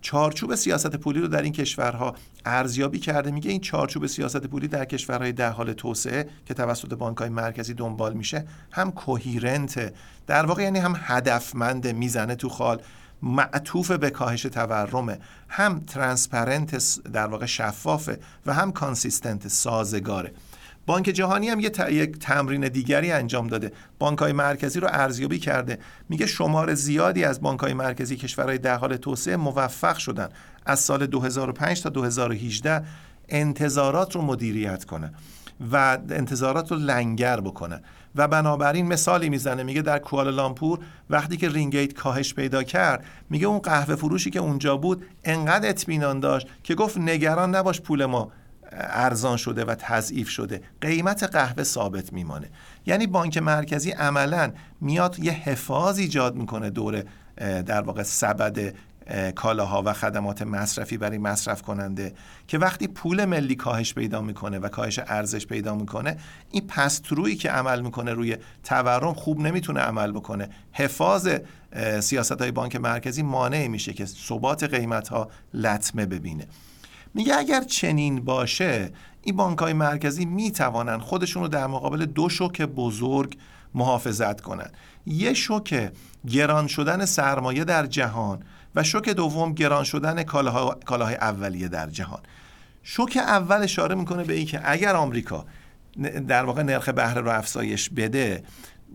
D: چارچوب سیاست پولی رو در این کشورها ارزیابی کرده. میگه این چارچوب سیاست پولی در کشورهای در حال توسعه که توسط بانک‌های مرکزی دنبال میشه هم کوهیرنت، در واقع یعنی هم هدفمند، میزنه تو خال، معطوف به کاهش تورمه، هم ترانسپرنت در واقع شفافه و هم کانسیستنت سازگاره. بانک جهانی هم یک تمرین دیگری انجام داده، بانک‌های مرکزی رو ارزیابی کرده. میگه شمار زیادی از بانک‌های مرکزی کشورهای در حال توسعه موفق شدن از سال 2005 تا 2018 انتظارات رو مدیریت کنن و انتظارات رو لنگر بکنن و بنابراین مثالی میزنه، میگه در کوالالامپور وقتی که رینگیت کاهش پیدا کرد، میگه اون قهوه فروشی که اونجا بود انقدر اطمینان داشت که گفت نگران نباش، پول ما ارزان شده و تضعیف شده، قیمت قهوه ثابت میمانه. یعنی بانک مرکزی عملاً میاد یه حفاظ ایجاد میکنه دور در واقع سبد کالاها و خدمات مصرفی برای مصرف کننده که وقتی پول ملی کاهش پیدا میکنه و کاهش ارزش پیدا میکنه، این پسترویی که عمل میکنه روی تورم خوب نمیتونه عمل بکنه. حفاظ سیاست‌های بانک مرکزی مانع میشه که ثبات قیمت‌ها لطمه ببینه. میگه اگر چنین باشه، این بانک‌های مرکزی میتوانن خودشون رو در مقابل دو شوک بزرگ محافظت کنن. یه شوک گران شدن سرمایه در جهان و شوک دوم گران شدن کالاهای اولیه در جهان. شوک اول اشاره میکنه به این که اگر آمریکا در واقع نرخ بهره رو افزایش بده،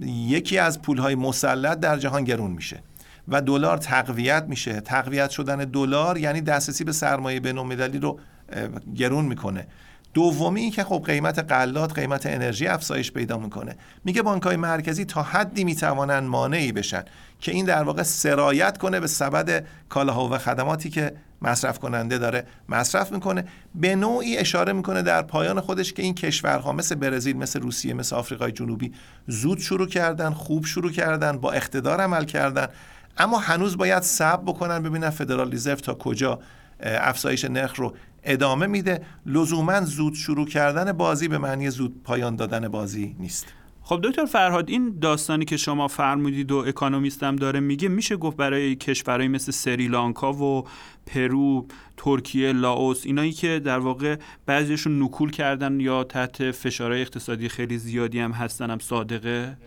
D: یکی از پولهای مسلط در جهان گرون میشه و دلار تقویت میشه. تقویت شدن دلار یعنی دسترسی به سرمایه بین‌المللی رو گرون میکنه. دومی که خب قیمت غلات، قیمت انرژی افزایش پیدا میکنه. میگه بانک‌های مرکزی تا حدی میتوانن مانعی بشن که این در واقع سرایت کنه به سبد کالاها و خدماتی که مصرف کننده داره مصرف میکنه. به نوعی اشاره میکنه در پایان خودش که این کشورها مثل برزیل، مثل روسیه، مثل آفریقای جنوبی زود شروع کردن، خوب شروع کردن، با اقتدار عمل کردن، اما هنوز باید صبر بکنن ببینن فدرال رزرو تا کجا افزایش نرخ رو ادامه میده. لزوما زود شروع کردن بازی به معنی زود پایان دادن بازی نیست.
A: خب دکتر فرهاد، این داستانی که شما فرمودید و اکونومیست هم داره میگه، میشه گفت برای کشورهای مثل سریلانکا و پرو، ترکیه، لاوس، اینایی که در واقع بعضیشون نکول کردن یا تحت فشارهای اقتصادی خیلی زیادی هم هستن، هم صادقه؟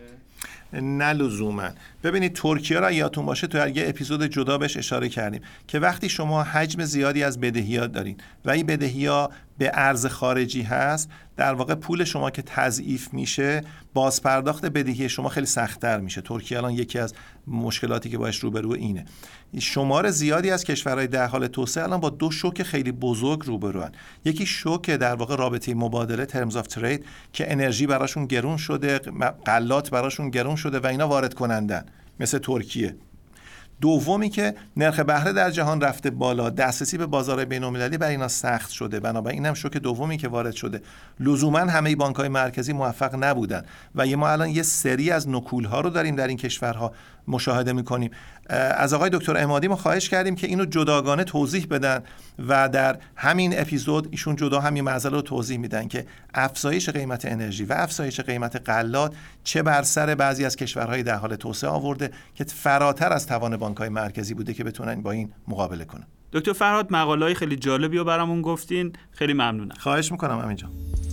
D: نه لزوما. ببینید ترکیه را یادتون باشه تو یه اپیزود جدا بهش اشاره کردیم که وقتی شما حجم زیادی از بدهیات دارین و این بدهی‌ها به ارز خارجی هست، در واقع پول شما که تضعیف میشه، بازپرداخت بدهی شما خیلی سخت‌تر میشه. ترکیه الان یکی از مشکلاتی که باش روبرو اینه. شمار زیادی از کشورهای در حال توسعه الان با دو شوک خیلی بزرگ روبروان. یکی شوک در واقع رابطه مبادله terms of trade که انرژی براشون گرون شده، غلات براشون گرون شده و اینا وارد کنندن مثل ترکیه. دومی که نرخ بهره در جهان رفته بالا، دسترسی به بازار بین‌المللی برای اینا سخت شده، بنابراین هم شوک دومی که وارد شده. لزوما همه بانک‌های مرکزی موفق نبودن و ما الان یه سری از نکول‌ها رو داریم در این کشورها مشاهده می‌کنیم. از آقای دکتر عمادی ما خواهش کردیم که اینو جداگانه توضیح بدن و در همین اپیزود ایشون جدا همین مسئله رو توضیح میدن که افزایش قیمت انرژی و افزایش قیمت غلات چه بر سر بعضی از کشورهای در حال توسعه آورده که فراتر از توان بانک‌های مرکزی بوده که بتونن با این مقابله کنن.
A: دکتر فرهاد، مقاله‌های خیلی جالبی رو برامون گفتین، خیلی ممنونم.
D: خواهش میکنم همینجا.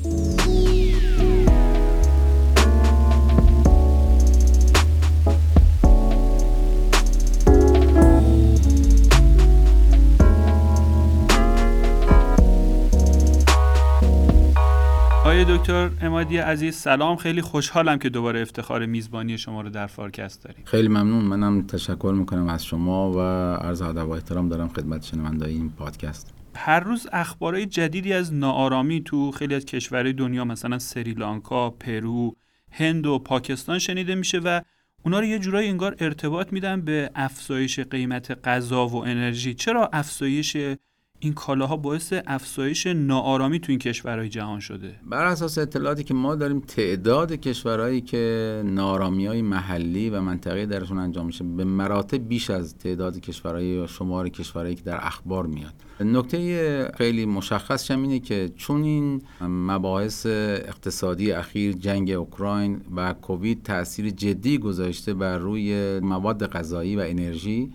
A: آقای دکتر عمادی عزیز سلام، خیلی خوشحالم که دوباره افتخار میزبانی شما رو در فارکست داریم.
E: خیلی ممنون. منم تشکر میکنم از شما و عرض ادب و احترام دارم خدمت شنوندگان این پادکست.
A: هر روز اخبارهای جدیدی از ناآرامی تو خیلی از کشورهای دنیا مثلا سریلانکا، پرو، هند و پاکستان شنیده میشه و اونا رو یه جورایی انگار ارتباط میدن به افزایش قیمت غذا و انرژی. چرا افزایش این کالاها باعث افزایش ناآرامی تو این کشورهای جهان شده؟
E: بر اساس اطلاعاتی که ما داریم، تعداد کشورهایی که ناآرامی‌های محلی و منطقه‌ای درشون انجام میشه به مراتب بیش از تعداد کشورهای یا شمار کشورهایی که در اخبار میاد. نکته خیلی مشخص اینه که چون این مباحث اقتصادی اخیر، جنگ اوکراین و کووید تأثیر جدی گذاشته بر روی مواد غذایی و انرژی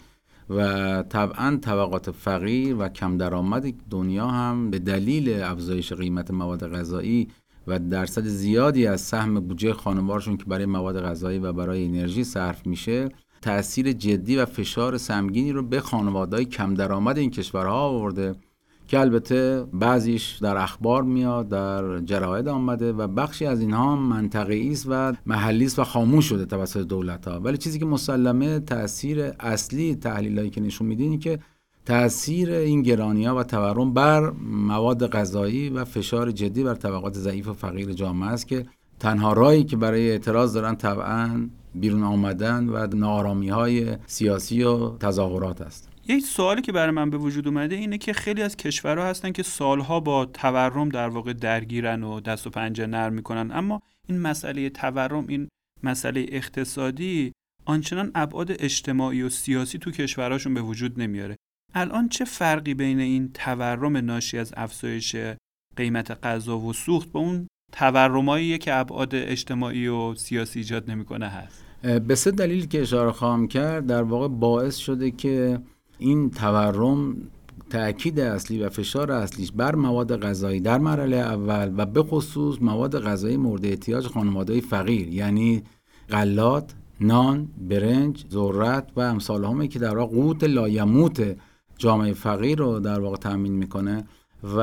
E: و طبعا طبقات فقیر و کم درآمد دنیا هم به دلیل افزایش قیمت مواد غذایی و درصد زیادی از سهم بودجه خانوارشون که برای مواد غذایی و برای انرژی صرف میشه، تأثیر جدی و فشار سنگینی رو به خانواده‌های کم درآمد این کشورها آورده که البته بعضیش در اخبار میاد، در جراید آمده و بخشی از اینها منطقه‌ای است و محلی است و خاموش شده توسط دولت‌ها. ولی چیزی که مسلمه تأثیر اصلی تحلیلایی که نشون میدین این که تأثیر این گرانی‌ها و تورم بر مواد غذایی و فشار جدی بر طبقات ضعیف و فقیر جامعه است که تنها راهی که برای اعتراض دارن طبعاً بیرون آمدن و ناآرامی‌های سیاسی و تظاهرات است.
A: یک سوالی که برای من به وجود اومده اینه که خیلی از کشورها هستن که سالها با تورم در واقع درگیرن و دست و پنجه نرم میکنن، اما این مسئله تورم، این مسئله اقتصادی آنچنان ابعاد اجتماعی و سیاسی تو کشورهاشون به وجود نمیاره. الان چه فرقی بین این تورم ناشی از افزایش قیمت غذا و سوخت با اون تورمایی که ابعاد اجتماعی و سیاسی ایجاد نمیکنه هست؟
E: به سه دلیل که اشاره خواهم کرد در واقع باعث شده که این تورم تأکید اصلی و فشار اصلیش بر مواد غذایی در مرحله اول و به خصوص مواد غذایی مورد احتیاج خانواده‌های فقیر، یعنی غلات، نان، برنج، ذرت و امثال همه که در واقع قوت لایموت جامعه فقیر رو در واقع تامین میکنه و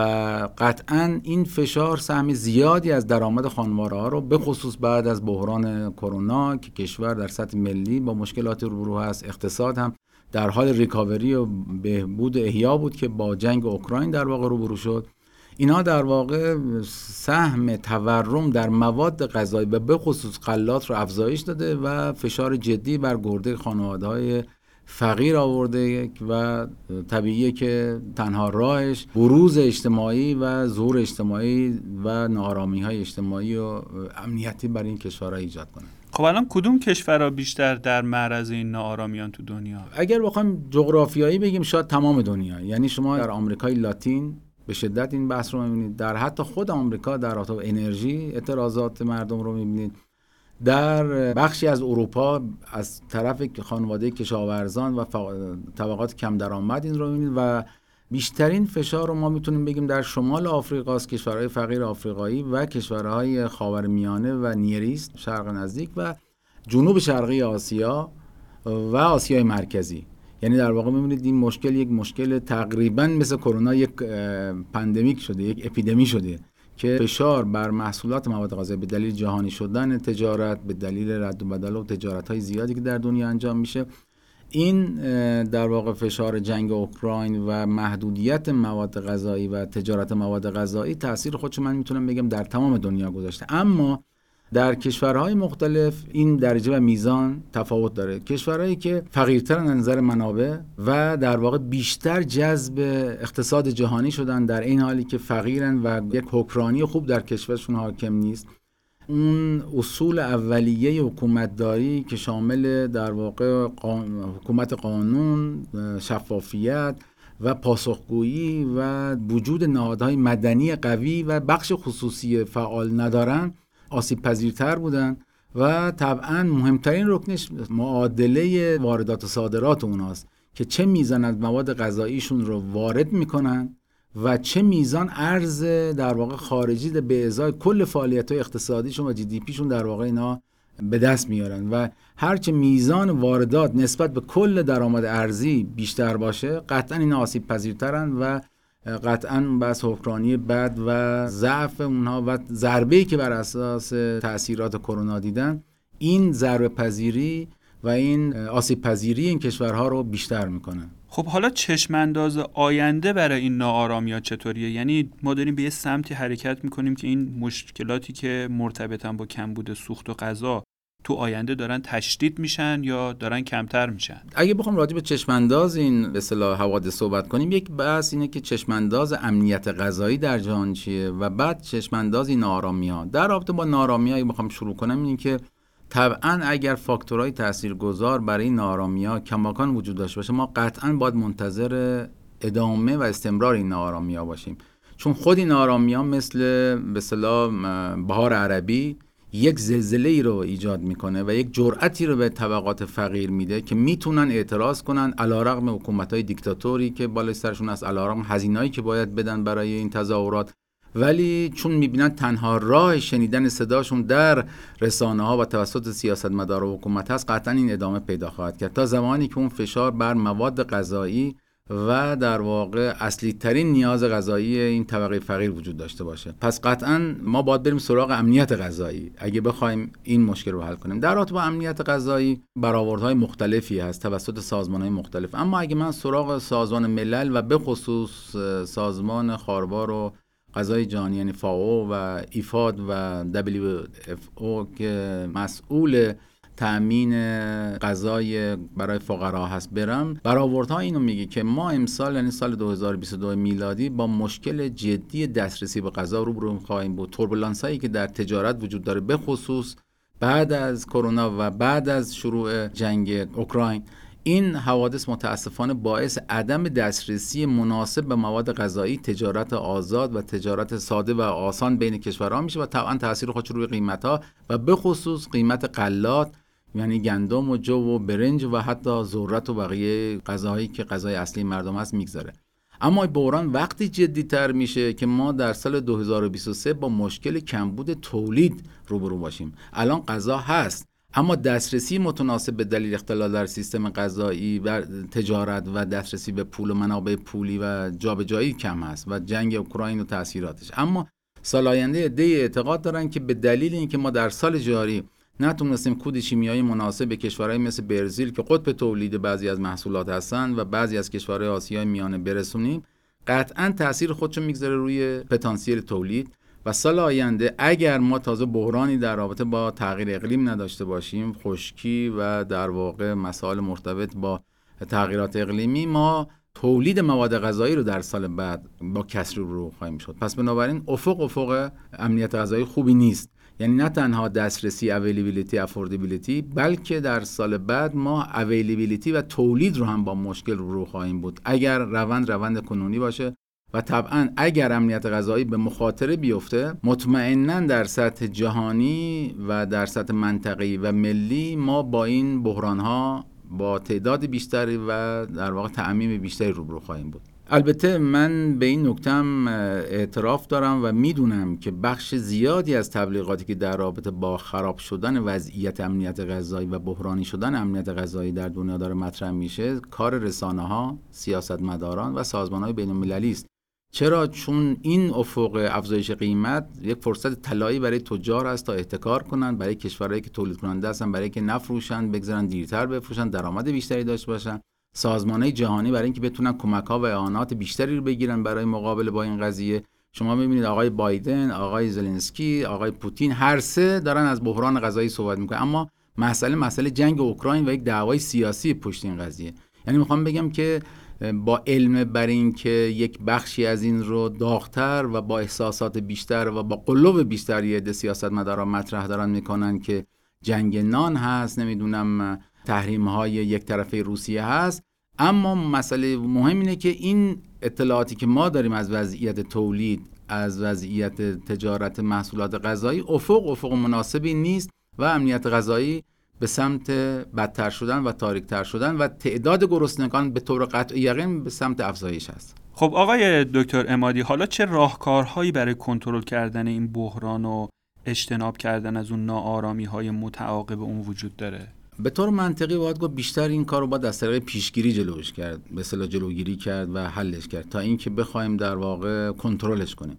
E: قطعاً این فشار سهم زیادی از درآمد خانواره‌ها رو به خصوص بعد از بحران کرونا که کشور در سطح ملی با مشکلات روبرو هست، اقتصاد هم در حال ریکاوری و بهبود احیا بود که با جنگ اوکراین در واقع روبرو شد، اینا در واقع سهم تورم در مواد غذایی و به خصوص غلات رو افزایش داده و فشار جدی بر گرده خانواده‌های فقیر آورده و طبیعیه که تنها راهش بروز اجتماعی و ظهور اجتماعی و ناآرامی‌های اجتماعی و امنیتی برای این کشورها ایجاد کنه.
A: خب الان کدوم کشورها بیشتر در معرض این ناآرامیان تو دنیا؟
E: اگر بخوایم جغرافیایی بگیم شاید تمام دنیا، یعنی شما در آمریکای لاتین به شدت این بحث رو می‌بینید، در حتی خود آمریکا در رابطه با انرژی اعتراضات مردم رو می‌بینید، در بخشی از اروپا از طرف خانواده کشاورزان و طبقات کم درآمد این رو می‌بینید و بیشترین فشار رو ما میتونیم بگیم در شمال آفریقا است، کشورهای فقیر آفریقایی و کشورهای خاورمیانه و نیریست شرق نزدیک و جنوب شرقی آسیا و آسیای مرکزی. یعنی در واقع می‌بینید این مشکل یک مشکل تقریباً مثل کرونا یک پاندمیک شده، یک اپیدمی شده که فشار بر محصولات مواد غذایی به دلیل جهانی شدن تجارت، به دلیل رد و بدل و تجارت‌های زیادی که در دنیا انجام میشه، این در واقع فشار جنگ اوکراین و محدودیت مواد غذایی و تجارت مواد غذایی تأثیر خودش من میتونم بگم در تمام دنیا گذاشته، اما در کشورهای مختلف این درجه و میزان تفاوت داره. کشورهایی که فقیرترن از نظر منابع و در واقع بیشتر جذب اقتصاد جهانی شدن در این حالی که فقیرن و یک حکمرانی خوب در کشورشون حاکم نیست، اون اصول اولیه حکومتداری که شامل در واقع حکومت قانون، شفافیت و پاسخگویی و وجود نهادهای مدنی قوی و بخش خصوصی فعال ندارن، آسیب پذیرتر بودن و طبعا مهمترین رکنش معادله واردات و صادرات اوناست که چه میزان از مواد غذاییشون رو وارد میکنن و چه میزان ارز در واقع خارجی به ازای کل فعالیت‌های اقتصادیشون و جی دی پیشون در واقع اینا به دست میارن و هرچه میزان واردات نسبت به کل درآمد ارزی بیشتر باشه قطعا اینا آسیب پذیرترن و قطعا بس حکمرانی بد و ضعف اونها و ضربه‌ای که بر اساس تأثیرات کرونا دیدن این ضربه پذیری و این آسیب پذیری این کشورها رو بیشتر میکنه.
A: خب حالا چشمانداز آینده برای این ناآرامی‌ها چطوریه؟ یعنی ما داریم به یه سمتی حرکت میکنیم که این مشکلاتی که مرتبطن با کمبود سوخت و غذا تو آینده دارن تشدید میشن یا دارن کمتر میشن؟
E: اگه بخوام راجع به چشمانداز این به اصطلاح حوادث صحبت کنیم، یک بحث اینه که چشمانداز امنیت غذایی در جهان چیه و بعد چشمانداز این ناآرامی‌ها. در رابطه با ناآرامی‌ها اگه بخوام شروع کنم اینه که طبعاً اگر فاکتورهای تاثیرگذار برای این ناآرامی‌ها کماکان وجود داشته باشه، ما قطعاً باید منتظر ادامه و استمرار این ناآرامی‌ها باشیم، چون خود این ناآرامی‌ها مثل به اصطلاح بهار عربی یک زلزله‌ای رو ایجاد میکنه و یک جرأتی رو به طبقات فقیر میده که میتونن اعتراض کنن علیرغم حکومت‌های دیکتاتوری که بالای سرشون هست، علیرغم هزینه‌ای که باید بدن برای این تظاهرات، ولی چون میبینن تنها راه شنیدن صداشون در رسانه‌ها و توسط سیاستمدار و حکومت هست، قطعا این ادامه پیدا خواهد کرد تا زمانی که اون فشار بر مواد غذایی و در واقع اصلی ترین نیاز غذایی این طبقه فقیر وجود داشته باشه. پس قطعا ما باید بریم سراغ امنیت غذایی اگه بخوایم این مشکل رو حل کنیم. در رابطه با امنیت غذایی برآوردهای مختلفی هست توسط سازمان‌های مختلف، اما اگه من سراغ سازمان ملل و به خصوص سازمان خاربار و غذای جهانی یعنی فاو و ایفاد و WFO که مسئول تأمین غذای برای فقرا هست برم، برآوردها اینو میگه که ما امسال یعنی سال 2022 میلادی با مشکل جدی دسترسی به غذا روبرو خواهیم بود. توربولانس هایی که در تجارت وجود داره به خصوص بعد از کرونا و بعد از شروع جنگ اوکراین، این حوادث متاسفانه باعث عدم دسترسی مناسب به مواد غذایی، تجارت آزاد و تجارت ساده و آسان بین کشورها میشه و طبعا تاثیر خودش روی قیمت‌ها و به خصوص قیمت غلات یعنی گندم و جو و برنج و حتی ذرت و بقیه غذاهایی که غذای اصلی مردم هست میگذاره. اما بحران وقتی جدی‌تر میشه که ما در سال 2023 با مشکل کمبود تولید روبرو باشیم. الان غذا هست اما دسترسی متناسب به دلیل اختلال در سیستم غذایی و تجارت و دسترسی به پول و منابع پولی و جابجایی کم هست و جنگ اوکراین و تأثیراتش. اما سال آینده عده‌ای اعتقاد دارن که به دلیل اینکه ما در سال جاری نتونستیم کود شیمیایی مناسب به کشورهای مثل برزیل که قطب تولید بعضی از محصولات هستن و بعضی از کشورهای آسیای میانه برسونیم، قطعاً تأثیر خودشو میگذاره روی پتانسیل تولید. و سال آینده اگر ما تازه بحرانی در رابطه با تغییر اقلیم نداشته باشیم، خشکی و در واقع مسائل مرتبط با تغییرات اقلیمی، ما تولید مواد غذایی رو در سال بعد با کسری رو خواهیم شد. پس بنابراین افق امنیت غذایی خوبی نیست. یعنی نه تنها دسترسی اویلیبیلیتی افوردیبیلیتی، بلکه در سال بعد ما اویلیبیلیتی و تولید رو هم با مشکل رو خواهیم بود اگر روند کنونی باشه. و طبعا اگر امنیت غذایی به مخاطره بیفته، مطمئناً در سطح جهانی و در سطح منطقه‌ای و ملی ما با این بحران‌ها با تعداد بیشتری و در واقع تعمیم بیشتری روبرو خواهیم بود. البته من به این نکته‌ام اعتراف دارم و میدونم که بخش زیادی از تبلیغاتی که در رابطه با خراب شدن وضعیت امنیت غذایی و بحرانی شدن امنیت غذایی در دنیا داره مطرح میشه، کار رسانه‌ها، سیاستمداران و سازمان‌های بین‌المللی است. چرا؟ چون این افق افزایش قیمت یک فرصت طلایی برای تجار است تا احتکار کنند، برای کشورهایی که تولید کننده هستن برای که نفروشن، بگذارن دیرتر بفروشن، درآمد بیشتری داشته باشن. سازمان‌های جهانی برای اینکه بتونن کمک‌ها و اعانات بیشتری رو بگیرن برای مقابله با این قضیه. شما می‌بینید آقای بایدن، آقای زلنسکی، آقای پوتین هر سه دارن از بحران غذایی صحبت می‌کنن، اما مسئله جنگ اوکراین و یک دعوای سیاسی پشت این قضیه. یعنی می‌خوام بگم که با علم بر این که یک بخشی از این رو داغ‌تر و با احساسات بیشتر و با قلوب بیشتری ده سیاستمداران مطرح دارن میکنن که جنگ نان هست، نمیدونم تحریم‌های یک طرفه روسیه هست، اما مسئله مهم اینه که این اطلاعاتی که ما داریم از وضعیت تولید، از وضعیت تجارت محصولات غذایی، افق مناسبی نیست و امنیت غذایی به سمت بدتر شدن و تاریک‌تر شدن و تعداد گرسنگان به طور قطعی یقین به سمت افزایش است.
A: خب آقای دکتر عمادی، حالا چه راهکارهایی برای کنترل کردن این بحران و اجتناب کردن از اون ناآرامی‌های متعاقب اون وجود داره؟
E: به طور منطقی باید گفت بیشتر این کار رو باید از طریق پیشگیری جلوش کرد، به اصطلاح جلوگیری کرد و حلش کرد تا اینکه بخوایم در واقع کنترلش کنیم.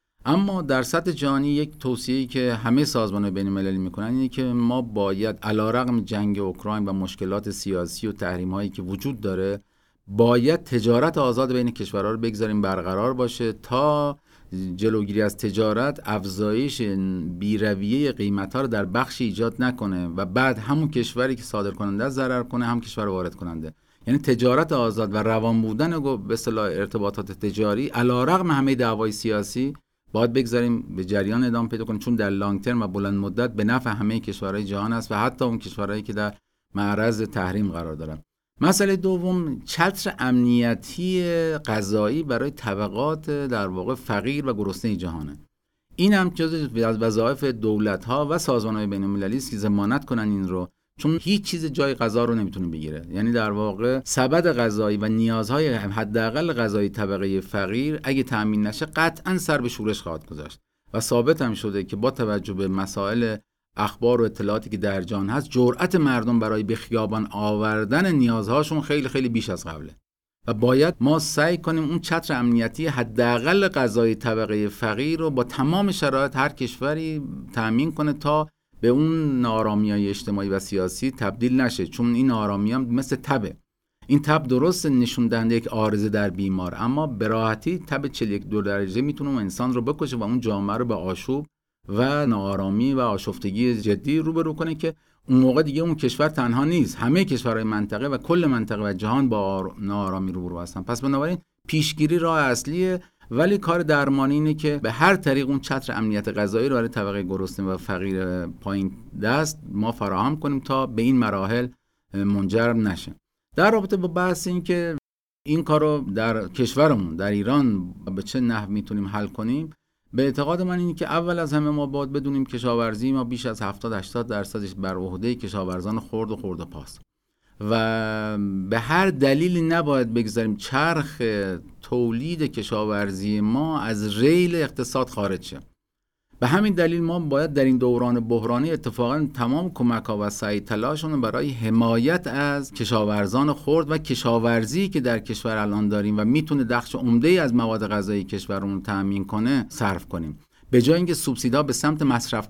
E: اما در سطح جهانی یک توصیه‌ای که همه سازمان‌های بین‌المللی می‌کنن اینه که ما باید علیرغم جنگ اوکراین و مشکلات سیاسی و تحریم‌هایی که وجود داره، باید تجارت آزاد بین کشورها رو بگذاریم برقرار باشه تا جلوگیری از تجارت افزایش بی‌رویه قیمت‌ها رو در بخشی ایجاد نکنه و بعد همون کشوری که صادر کننده ضرر کنه، هم کشور وارد کننده. یعنی تجارت آزاد و روان بودن به اصطلاح ارتباطات تجاری علیرغم همه دعوای سیاسی باید بگذاریم به جریان ادامه پیدا کنه، چون در لانگ ترم و بلند مدت به نفع همه کشورهای جهان است و حتی اون کشورهایی که در معرض تحریم قرار دارن. مسئله دوم، چتر امنیتی غذایی برای طبقات در واقع فقیر و گرسنه جهانه. این هم جزو وظایف دولت‌ها و سازمان‌های بین‌المللی است که ضمانت کنن این رو، چون هیچ چیز جای غذا رو نمیتونه بگیره. یعنی در واقع سبد غذایی و نیازهای حداقل غذایی طبقه فقیر اگه تامین نشه قطعاً سر به شورش خواهد گذاشت و ثابت هم شده که با توجه به مسائل اخبار و اطلاعاتی که در جهان هست، جرأت مردم برای به خیابان آوردن نیازهاشون خیلی خیلی بیش از قبله و باید ما سعی کنیم اون چتر امنیتی حداقل غذایی طبقه فقیر رو با تمام شرایط هر کشوری تامین کنه تا به اون ناآرامی‌های اجتماعی و سیاسی تبدیل نشه، چون این ناآرامی‌ها مثل تبه. این تب درست نشون دهنده یک عارضه در بیمار، اما به راحتی تب 41 درجه میتونه انسان رو بکشه و اون جامعه رو به آشوب و ناآرامی و آشفتگی جدی روبرو کنه که اون موقع دیگه اون کشور تنها نیست، همه کشورهای منطقه و کل منطقه و جهان با ناآرامی روبرو هستن. پس بنابراین پیشگیری راه اصلیه، ولی کار درمانی اینه که به هر طریق اون چتر امنیت غذایی رو برای طبقه گرسنه و فقیر پایین دست ما فراهم کنیم تا به این مراحل منجر نشه. در رابطه با بحث این که این کارو در کشورمون در ایران به چه نحو میتونیم حل کنیم، به اعتقاد من اینه که اول از همه ما باید بدونیم کشاورزی ما بیش از 70-80% بر عهده کشاورزان خرد و خردپاست و به هر دلیلی نباید بگذاریم چرخ تولید کشاورزی ما از ریل اقتصاد خارج شه. به همین دلیل ما باید در این دوران بحرانی اتفاقا تمام کمک‌ها و سعی تلاشمون برای حمایت از کشاورزان خرد و کشاورزی که در کشور الان داریم و میتونه بخش عمده‌ای از مواد غذایی کشورمون تامین کنه صرف کنیم، به جای اینکه سوبسیدها به سمت مصرف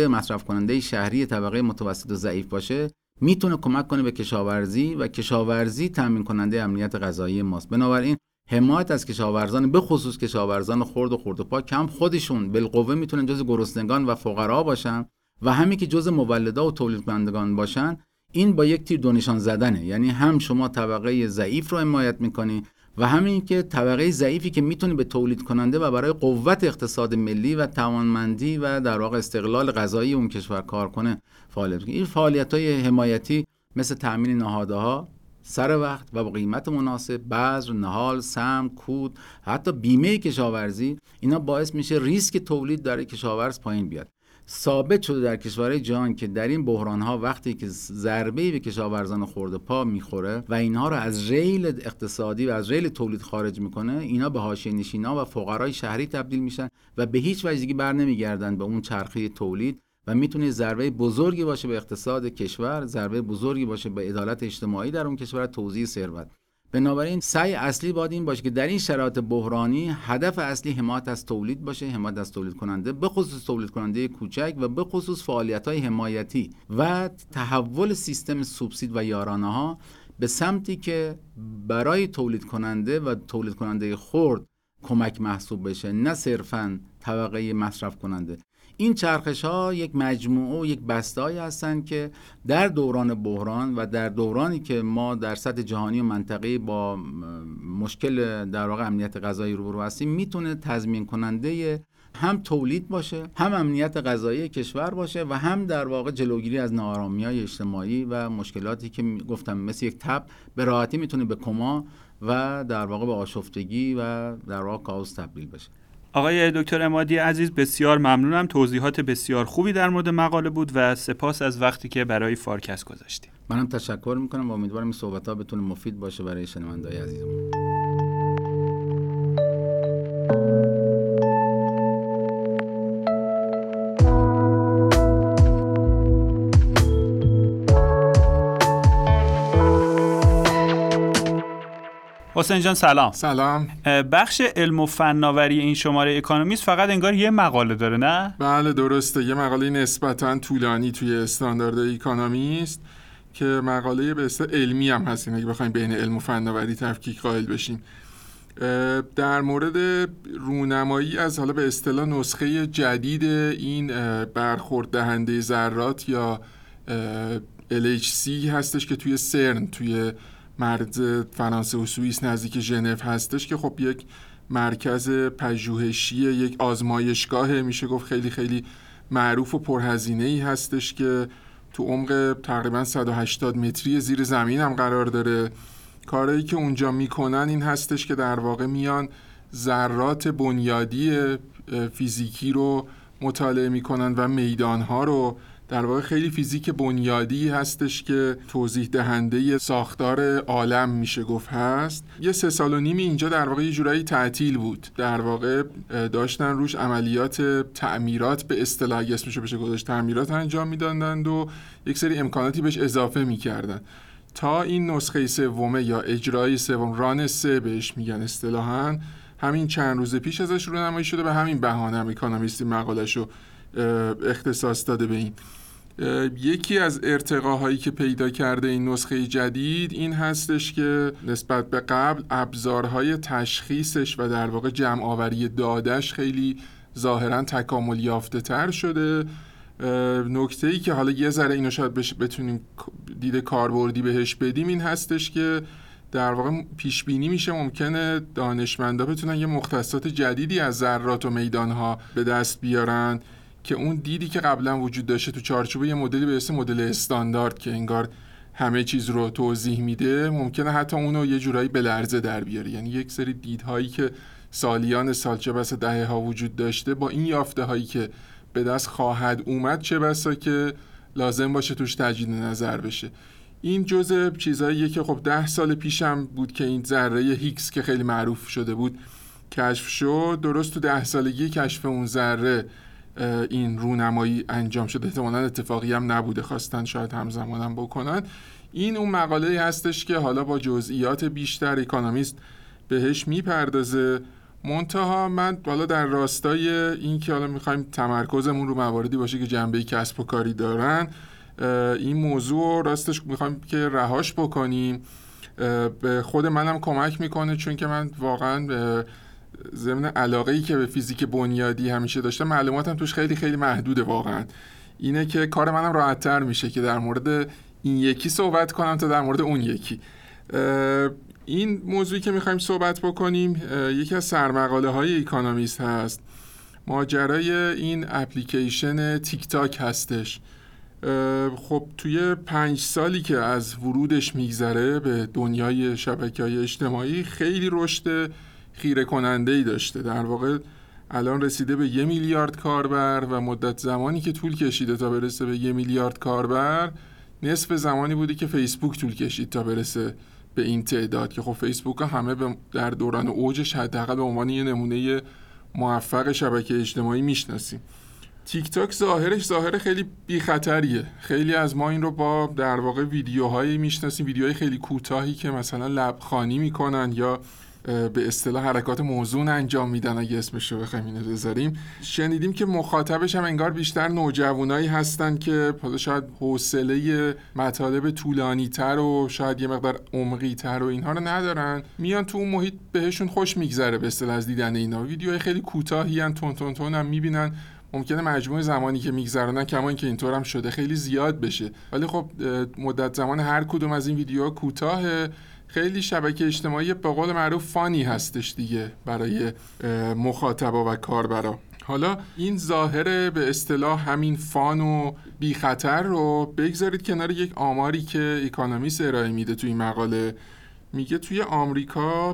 E: کننده شهری طبقه متوسط و ضعیف باشه، میتونه کمک کنه به کشاورزی و کشاورزی تامین کننده امنیت غذایی ماست. بنابراین حمایت از کشاورزان به خصوص کشاورزان خرد و خردپا که هم خودشون بالقوه میتونن جز گرسنگان و فقرا باشن و همین که جز مولدا و تولید کنندگان باشن، این با یک تیر دو نشان زدنه. یعنی هم شما طبقه ضعیف رو حمایت میکنی و همین که طبقه ضعیفی که میتونه به تولید کننده و برای قوت اقتصاد ملی و توانمندی و در واقع استقلال غذایی اون کشور کار کنه فعالیت کنه. این فعالیت‌های حمایتی مثل تامین نهادها سر وقت و با قیمت مناسب، بذر، نهال، سم، کود، حتی بیمه کشاورزی، اینا باعث میشه ریسک تولید در کشاورز پایین بیاد. ثابت شده در کشورهای جهان که در این بحران‌ها وقتی که ضربه‌ای به کشاورزان خردپا میخوره و اینها رو از ریل اقتصادی و از ریل تولید خارج میکنه، اینا به حاشیه‌نشینا و فقرای شهری تبدیل میشن و به هیچ وجه دیگه برنمیگردن به اون چرخه تولید و میتونه ضربه بزرگی باشه به اقتصاد کشور، ضربه بزرگی باشه به عدالت اجتماعی در اون کشور، توزیع ثروت. بنابراین سعی اصلی باید این باشه که در این شرایط بحرانی هدف اصلی حمایت از تولید باشه، حمایت از تولید کننده، به خصوص تولید کننده کوچک و به خصوص فعالیت‌های حمایتی و تحول سیستم سوبسید و یارانه‌ها به سمتی که برای تولید کننده و تولید کننده خرد کمک محسوب بشه، نه صرفاً طبقه مصرف کننده. این چرخش ها یک مجموعه و یک بسته‌ای هستند که در دوران بحران و در دورانی که ما در سطح جهانی و منطقه‌ای با مشکل در واقع امنیت غذایی روبرو هستیم، میتونه تضمین کننده هم تولید باشه، هم امنیت غذایی کشور باشه و هم در واقع جلوگیری از ناآرامی‌های اجتماعی و مشکلاتی که گفتم مثل یک تب به راحتی میتونه به کما و در واقع به آشفتگی و در واقع کائوس تبدیل بشه.
A: آقای دکتر عمادی عزیز، بسیار ممنونم. توضیحات بسیار خوبی در مورد مقاله بود و سپاس از وقتی که برای فارکست گذاشتید.
E: منم تشکر میکنم و امیدوارم این صحبت‌ها بتونه مفید باشه برای شنونده‌های عزیزمون.
A: حسین جان سلام.
F: سلام.
A: بخش علم و فناوری این شماره اکونومیست فقط انگار یه مقاله داره، نه؟
F: بله درسته، یه مقاله نسبتاً طولانی توی استانداردهای اکونومیست که مقاله به اصطلاح علمی هم هست، اگه بخوایم بین علم و فناوری تفکیک قائل بشیم. در مورد رونمایی از حالا به اصطلاح نسخه جدید این برخورد دهنده ذرات یا LHC هستش که توی سرن توی مرز فرانسه و سوئیس نزدیک ژنو هستش که خب یک مرکز پژوهشی، یک آزمایشگاه میشه گفت خیلی خیلی معروف و پرهزینه‌ای هستش که تو عمق تقریبا 180 متری زیر زمین هم قرار داره. کارهایی که اونجا میکنن این هستش که در واقع میان ذرات بنیادی فیزیکی رو مطالعه میکنن و میدانها رو. در واقع خیلی فیزیک بنیادی هستش که توضیح دهنده ساختار عالم میشه گفت هست. یه 3.5 سال اینجا در واقع یه جورایی تعطیل بود، در واقع داشتن روش عملیات تعمیرات به اصطلاح اسمشو بشه گذاشت تعمیرات انجام میدادند و یک سری امکاناتی بهش اضافه میکردن تا این نسخه سومه یا اجرای سوم ران 3 بهش میگن اصطلاحاً همین چند روز پیش ازش رونمایی شده. به همین بهانه هم اکونومیست مقاله‌شو اختصاص داده به این. یکی از ارتقاهایی که پیدا کرده این نسخه جدید این هستش که نسبت به قبل ابزارهای تشخیصش و در واقع جمع آوری دادش خیلی ظاهراً تکامل یافته تر شده. نکته‌ای که حالا یه ذره اینو شاید بتونیم دید کاربردی بهش بدیم این هستش که در واقع پیش بینی میشه ممکنه دانشمندا بتونن یه مختصات جدیدی از ذرات و میدانها به دست بیارن که اون دیدی که قبلا وجود داشته تو چارچوب یه مدلی به اسم مدل استاندارد که انگار همه چیز رو توضیح میده، ممکنه حتی اونو یه جورایی به لرزه در بیاره. یعنی یک سری دیدهایی که سالیان سال چه بسا دهه‌ها وجود داشته با این یافته هایی که به دست خواهد اومد چه بسا که لازم باشه توش تجدید نظر بشه. این جزء چیزاییه که خب 10 سال پیشم بود که این ذره هیگز که خیلی معروف شده بود کشف شد. درست تو 10 سالگی کشف اون ذره این رونمایی انجام شد. احتمالاً اتفاقی هم نبوده، خواستن شاید همزمان هم بکنن. این اون مقاله هستش که حالا با جزئیات بیشتر اکونومیست بهش میپردازه. منتها من حالا در راستای این که حالا میخوایم تمرکزمون رو مواردی باشه که جنبه کسب و کاری دارن، این موضوع راستش میخوایم که رهاش بکنیم. به خود منم کمک میکنه چون که من واقعا ضمن علاقه‌ای که به فیزیک بنیادی همیشه داشتم معلوماتم توش خیلی خیلی محدوده. واقعا اینه که کار منم راحت‌تر میشه که در مورد این یکی صحبت کنم تا در مورد اون یکی. این موضوعی که میخوایم صحبت بکنیم یکی از سرمقاله های اکونومیست هست. ماجرای این اپلیکیشن تیک تاک هستش. خب توی 5 سالی که از ورودش میگذره به دنیای شبکه‌های اجتماعی خیلی رشد خیره کننده‌ای داشته. در واقع الان رسیده به 1 میلیارد کاربر و مدت زمانی که طول کشیده تا برسه به 1 میلیارد کاربر نصف زمانی بوده که فیسبوک طول کشید تا برسه به این تعداد، که خب فیسبوک همه در دوران اوجش حداقل به عنوان یه نمونه موفق شبکه اجتماعی میشناسیم. تیک تاک ظاهر خیلی بی خطریه. خیلی از ما این رو با در واقع ویدیوهایی میشناسیم، ویدیوهای خیلی کوتاهی که مثلا لبخوانی میکنن یا به اصطلاح حرکات موزون انجام میدن اگه اسمش رو بخوایم اینو بذاریم. شنیدیم که مخاطبش هم انگار بیشتر نوجوانایی هستن که شاید حوصله مطالب طولانی تر و شاید یه مقدار عمقی تر و اینها رو ندارن، میان تو اون محیط بهشون خوش میگذره به اصطلاح از دیدن اینا. ویدیوهای خیلی کوتاهی ان تون هم میبینن، ممکنه مجموع زمانی که میگذرونن کما اینکه اینطور هم شده خیلی زیاد بشه، ولی خب مدت زمان هر کدوم از این ویدیوها کوتاهه. خیلی شبکه اجتماعی به قول معروف فانی هستش دیگه برای مخاطبا و کاربرا. حالا این ظاهر به اصطلاح همین فان و بی خطر رو بگذارید کنار یک آماری که اکونومیست ارائه میده توی این مقاله. میگه توی آمریکا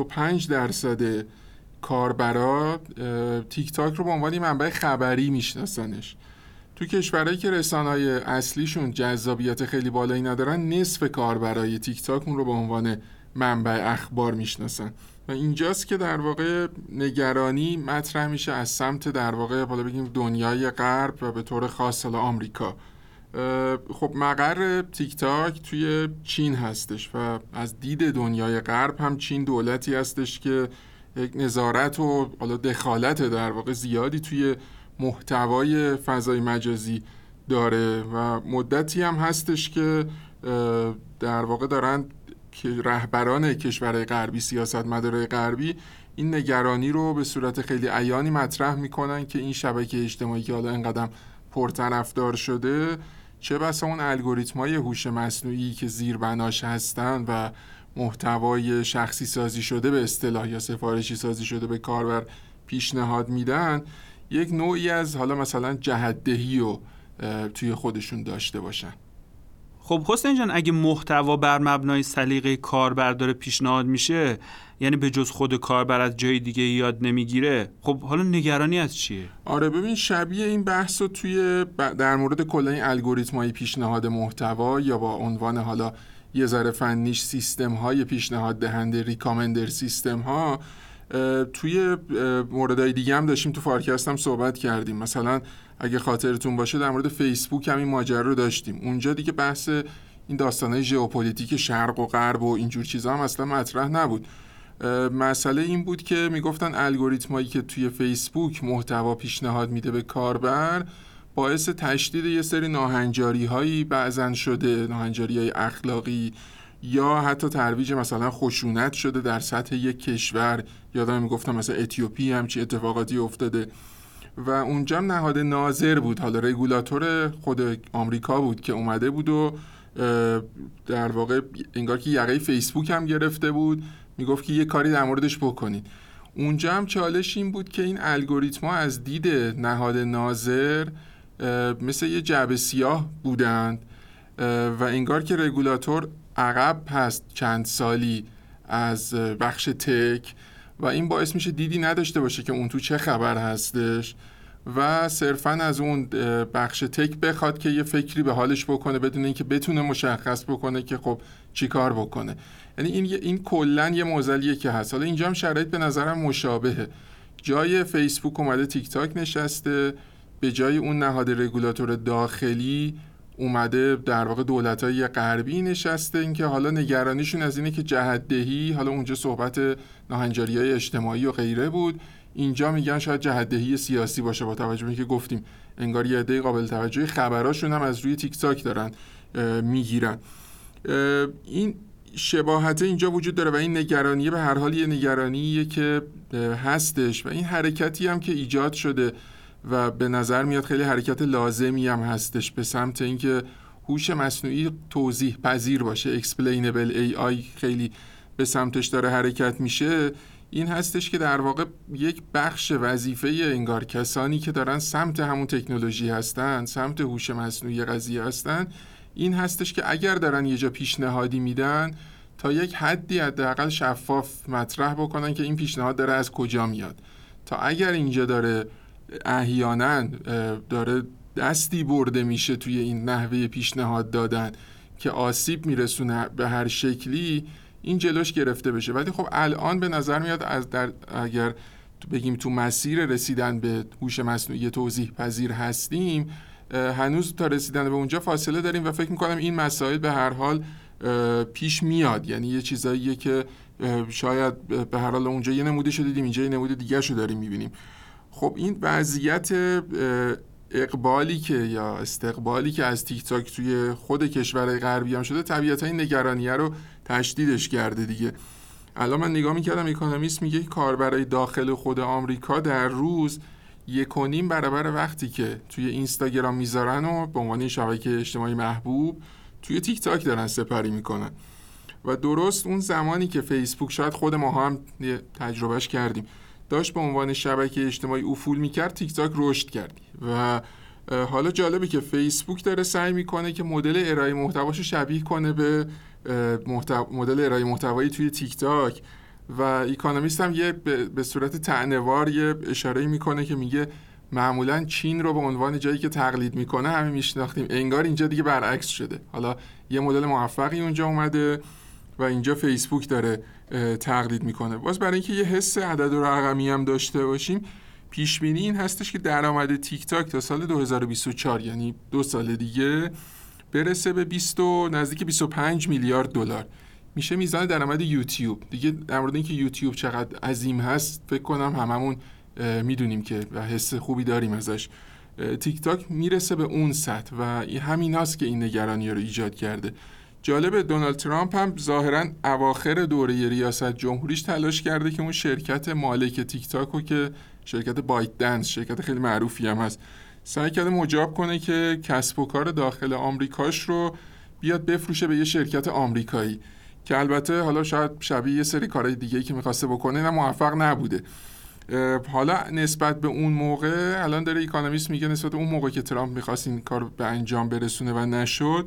F: 25% کاربرا تیک تاک رو به عنوان منبع خبری میشناسنش. تو کشورهایی که رسانه‌های اصلیشون جذابیت خیلی بالایی ندارن نصف کاربرای تیک تاک اون رو به عنوان منبع اخبار میشناسن و اینجاست که در واقع نگرانی مطرح میشه از سمت در واقع بالا بگیم دنیای غرب و به طور خاص آمریکا. خب مقر تیک تاک توی چین هستش و از دید دنیای غرب هم چین دولتی هستش که یک نظارت و حالا دخالت در واقع زیادی توی محتوای فضای مجازی داره و مدتی هم هستش که در واقع دارن که رهبران کشورهای غربی، سیاستمدارای غربی این نگرانی رو به صورت خیلی عیانی مطرح میکنن که این شبکه اجتماعی که حالا اینقدر پرطرفدار شده چه بسا اون الگوریتم‌های هوش مصنوعی که زیربناش هستن و محتوای شخصی سازی شده به اصطلاح یا سفارشی سازی شده به کاربر پیشنهاد میدن، یک نوعی از حالا مثلا جهت‌دهی رو توی خودشون داشته باشن.
A: خب حسین جان، اگه محتوا بر مبنای سلیقه کاربر داره پیشنهاد میشه، یعنی به جز خود کاربر از جای دیگه یاد نمیگیره، خب حالا نگرانی از چیه؟
F: آره ببین، شبیه این بحث رو در مورد کلا این الگوریتم‌های پیشنهاد محتوا یا با عنوان حالا یه ذره فنیش سیستم‌های پیشنهاد دهنده، ریکامندر سیستم‌ها، توی موردهای دیگه هم داشتیم تو فارکست هم صحبت کردیم. مثلا اگه خاطرتون باشه در مورد فیسبوک هم این ماجرا رو داشتیم. اونجا دیگه بحث این داستانهای ژئوپلیتیک شرق و غرب و اینجور چیزا هم اصلا مطرح نبود. مسئله این بود که میگفتن الگوریتمایی که توی فیسبوک محتوا پیشنهاد میده به کاربر باعث تشدید یه سری ناهنجاری‌هایی بعضن شده، ناهنجاری‌های اخلاقی یا حتی ترویج مثلا خشونت شده در سطح یک کشور. یادم میگفتم مثلا اتیوپی همچی اتفاقاتی افتاده و اونجا نهاد ناظر بود، حالا رگولاتور خود آمریکا بود که اومده بود و در واقع انگار که یقه فیسبوک هم گرفته بود، میگفت که یه کاری در موردش بکنید. اونجا هم چالش این بود که این الگوریتم‌ها از دید نهاد ناظر مثل یه جعبه سیاه بودند و انگار که رگولاتور عقب هست چند سالی از بخش تک و این باعث میشه دیدی نداشته باشه که اون تو چه خبر هستش و صرفاً از اون بخش تک بخواد که یه فکری به حالش بکنه بدون اینکه بتونه مشخص بکنه که خب چی کار بکنه. یعنی این کلاً یه معضلیه که هست. حالا اینجا هم شرایط به نظرم مشابهه. جای فیسبوک اومده تیک تاک نشسته، به جای اون نهاد رگولاتور داخلی اومده در واقع دولت‌های غربی نشسته. این که حالا نگرانیشون از اینه که جهت‌دهی، حالا اونجا صحبت ناهنجاری‌های اجتماعی و غیره بود، اینجا میگن شاید جهت‌دهی سیاسی باشه، با توجه به اینکه گفتیم انگار یه عده قابل توجهی خبراشون هم از روی تیک تاک دارن میگیرن. این شباهت اینجا وجود داره و این نگرانیه به هر حال یه نگرانیه که هستش و این حرکتی هم که ایجاد شده و به نظر میاد خیلی حرکت لازمی هم هستش به سمت اینکه هوش مصنوعی توضیح پذیر باشه، explainable AI خیلی به سمتش داره حرکت میشه. این هستش که در واقع یک بخش وظیفه انگار کسانی که دارن سمت همون تکنولوژی هستن، سمت هوش مصنوعی قضیه هستن، این هستش که اگر دارن یه جا پیشنهادی میدن تا یک حدی حداقل شفاف مطرح بکنن که این پیشنهاد داره از کجا میاد، تا اگر اینجا داره احیانا داره دستی برده میشه توی این نحوه پیشنهاد دادن که آسیب میرسونه به هر شکلی، این جلوش گرفته بشه. ولی خب الان به نظر میاد اگر بگیم تو مسیر رسیدن به هوش مصنوعی توضیح پذیر هستیم، هنوز تا رسیدن به اونجا فاصله داریم و فکر میکنم این مسائل به هر حال پیش میاد. یعنی یه چیزاییه که شاید به هر حال اونجا یه نمودش رو دیدیم، اینجا یه نمود دیگه شو داریم میبینیم. خب این وضعیت اقبالی که یا استقبالی که از تیک تاک توی خود کشورهای غربی هم شده، طبیعتا این نگرانیه رو تشدیدش کرده دیگه. الان من نگاه میکردم، اکونومیست میگه کاربرای داخل خود آمریکا در روز 1.5 برابر وقتی که توی اینستاگرام میذارن و به عنوان شبکه اجتماعی محبوب توی تیک تاک دارن سپری میکنن. و درست اون زمانی که فیسبوک، شاید خود ما هم تجربهش کردیم، داشت به عنوان شبکه اجتماعی افول میکرد، تیک تاک رشد کرد. و حالا جالبه که فیسبوک داره سعی میکنه که مدل ارائه محتواشو شبیه کنه به مدل ارائه محتوایی توی تیک تاک. و اکونومیست هم به صورت طعنه‌وار یه اشاره میکنه که میگه معمولا چین رو به عنوان جایی که تقلید میکنه همه میشناختیم، انگار اینجا دیگه برعکس شده. حالا یه مدل موفقی اونجا اومده و اینجا فیسبوک داره تقلید میکنه. باز برای اینکه یه حس عدد و رقمی هم داشته باشیم، پیش بینی این هستش که درآمد تیک تاک تا سال 2024 یعنی 2 سال دیگه برسه به 20 نزدیک 25 میلیارد دلار. میشه میزان درآمد یوتیوب. دیگه در مورد اینکه یوتیوب چقدر عظیم هست فکر کنم هممون میدونیم که و حس خوبی داریم ازش. تیک تاک میرسه به اون سطح و همین هست که این نگرانی رو ایجاد کرده. جالبه دونالد ترامپ هم ظاهراً اواخر دوره ریاست جمهوریش تلاش کرده که اون شرکت مالک تیک تاکو که شرکت بایت دنس، شرکت خیلی معروفی هم هست، سعی کرده مجاب کنه که کسب و کار داخل آمریکاش رو بیاد بفروشه به یه شرکت آمریکایی که البته حالا شاید شبیه یه سری کارهای دیگه‌ای که می‌خواسته بکنه نه موفق نبوده. حالا نسبت به اون موقع، الان داره اکونومیست میگه نسبت به اون موقع که ترامپ می‌خواست این کار به انجام برسونه و نشد،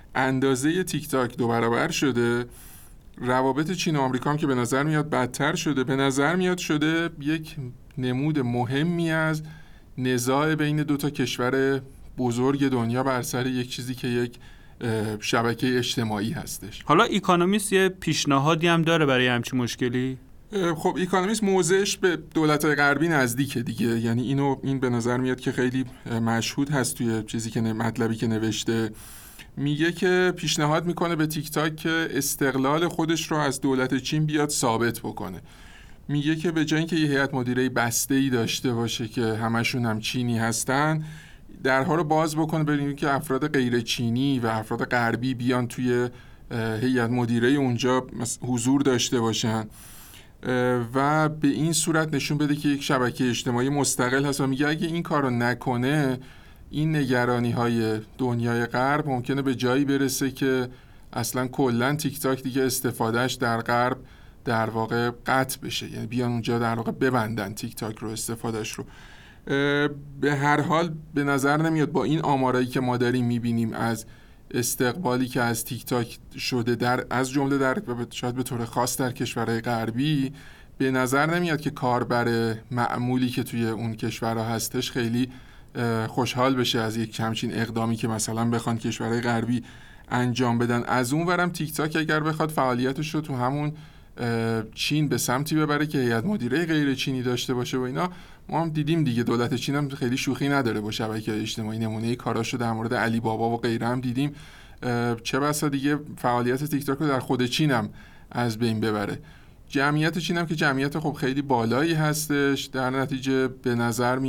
F: اندازه تیک تاک 2 برابر شده. روابط چین و آمریکا هم که به نظر میاد بدتر شده، به نظر میاد شده یک نمود مهمی از نزاع بین 2 تا کشور بزرگ دنیا بر سر یک چیزی که یک شبکه اجتماعی هستش.
A: حالا ایکونومیست یه پیشنهادی هم داره برای همچین مشکلی؟
F: خب ایکونومیست موضعش به دولت‌های غربی نزدیکه دیگه، یعنی این به نظر میاد که خیلی مشهود هست توی چیزی که مطلبی که نوشته. میگه که پیشنهاد میکنه به تیک تاک که استقلال خودش رو از دولت چین بیاد ثابت بکنه. میگه که به جای اینکه یه هیئت مدیره بسته‌ای داشته باشه که همشون هم چینی هستن، درها رو باز بکنه ببینیم که افراد غیر چینی و افراد غربی بیان توی هیئت مدیره اونجا حضور داشته باشن و به این صورت نشون بده که یک شبکه اجتماعی مستقل هست. و میگه اگه این کار رو نکنه، این نگرانی‌های دنیای غرب ممکنه به جایی برسه که اصلا کلا تیک تاک دیگه استفادهش در غرب در واقع قطع بشه، یعنی بیان اونجا در واقع ببندن تیک تاک رو، استفادهش رو. به هر حال به نظر نمیاد با این آمارایی که ما داریم میبینیم از استقبالی که از تیک تاک شده از جمله در شاید به طور خاص در کشورهای غربی، به نظر نمیاد که کاربر معمولی که توی اون کشورها هستش خیلی خوشحال بشه از یک همچین اقدامی که مثلا بخوان کشورهای غربی انجام بدن. از اون ورم تیک تاک اگر بخواد فعالیتش رو تو همون چین به سمتی ببره که هیئت مدیره غیر چینی داشته باشه و اینا، ما هم دیدیم دیگه دولت چین هم خیلی شوخی نداره با شبکه‌های اجتماعی. نمونه کاراشو در مورد علی بابا و غیره هم دیدیم، چه بسا دیگه فعالیت تیک تاک رو در خود چین هم از بین ببره. جمعیت چین هم که جمعیت خب خیلی بالایی هستش، در نتیجه به نظر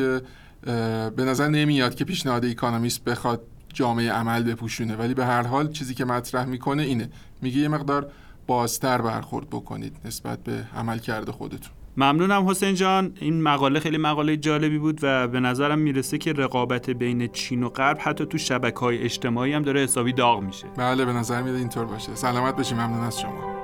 F: نمیاد که پیشنهاد ایکونومیست بخواد جامعه عمل بپوشونه، ولی به هر حال چیزی که مطرح میکنه اینه، میگه یه مقدار بازتر برخورد بکنید نسبت به عمل کرده خودتون.
A: ممنونم حسین جان، این مقاله خیلی مقاله جالبی بود و به نظرم میرسه که رقابت بین چین و غرب حتی تو شبکه‌های اجتماعی هم داره حسابی داغ میشه.
F: بله به نظر میاد اینطور باشه. سلامت باشی، ممنون از شما.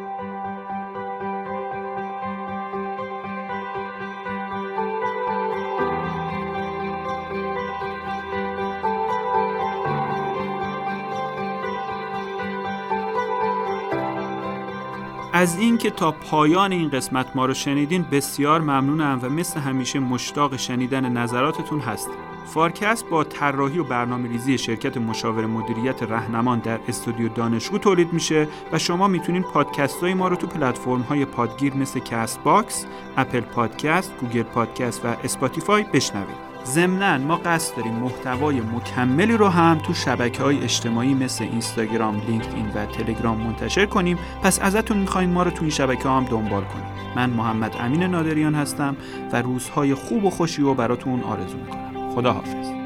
A: از این که تا پایان این قسمت ما رو شنیدین بسیار ممنونم و مثل همیشه مشتاق شنیدن نظراتتون هستم. فارکست با طراحی و برنامه‌ریزی شرکت مشاور مدیریت رهنمان در استودیو دانشگو تولید میشه و شما میتونین پادکست‌های ما رو تو پلتفرم‌های پادگیر مثل کست باکس، اپل پادکست، گوگل پادکست و اسپاتیفای بشنوید. ضمناً ما قصد داریم محتوای مکملی رو هم تو شبکه‌های اجتماعی مثل اینستاگرام، لینکدین و تلگرام منتشر کنیم، پس ازتون می‌خوایم ما رو تو این شبکه‌ها هم دنبال کنید. من محمد امین نادریان هستم و روزهای خوب و خوشی رو براتون آرزو می‌کنم. خداحافظ.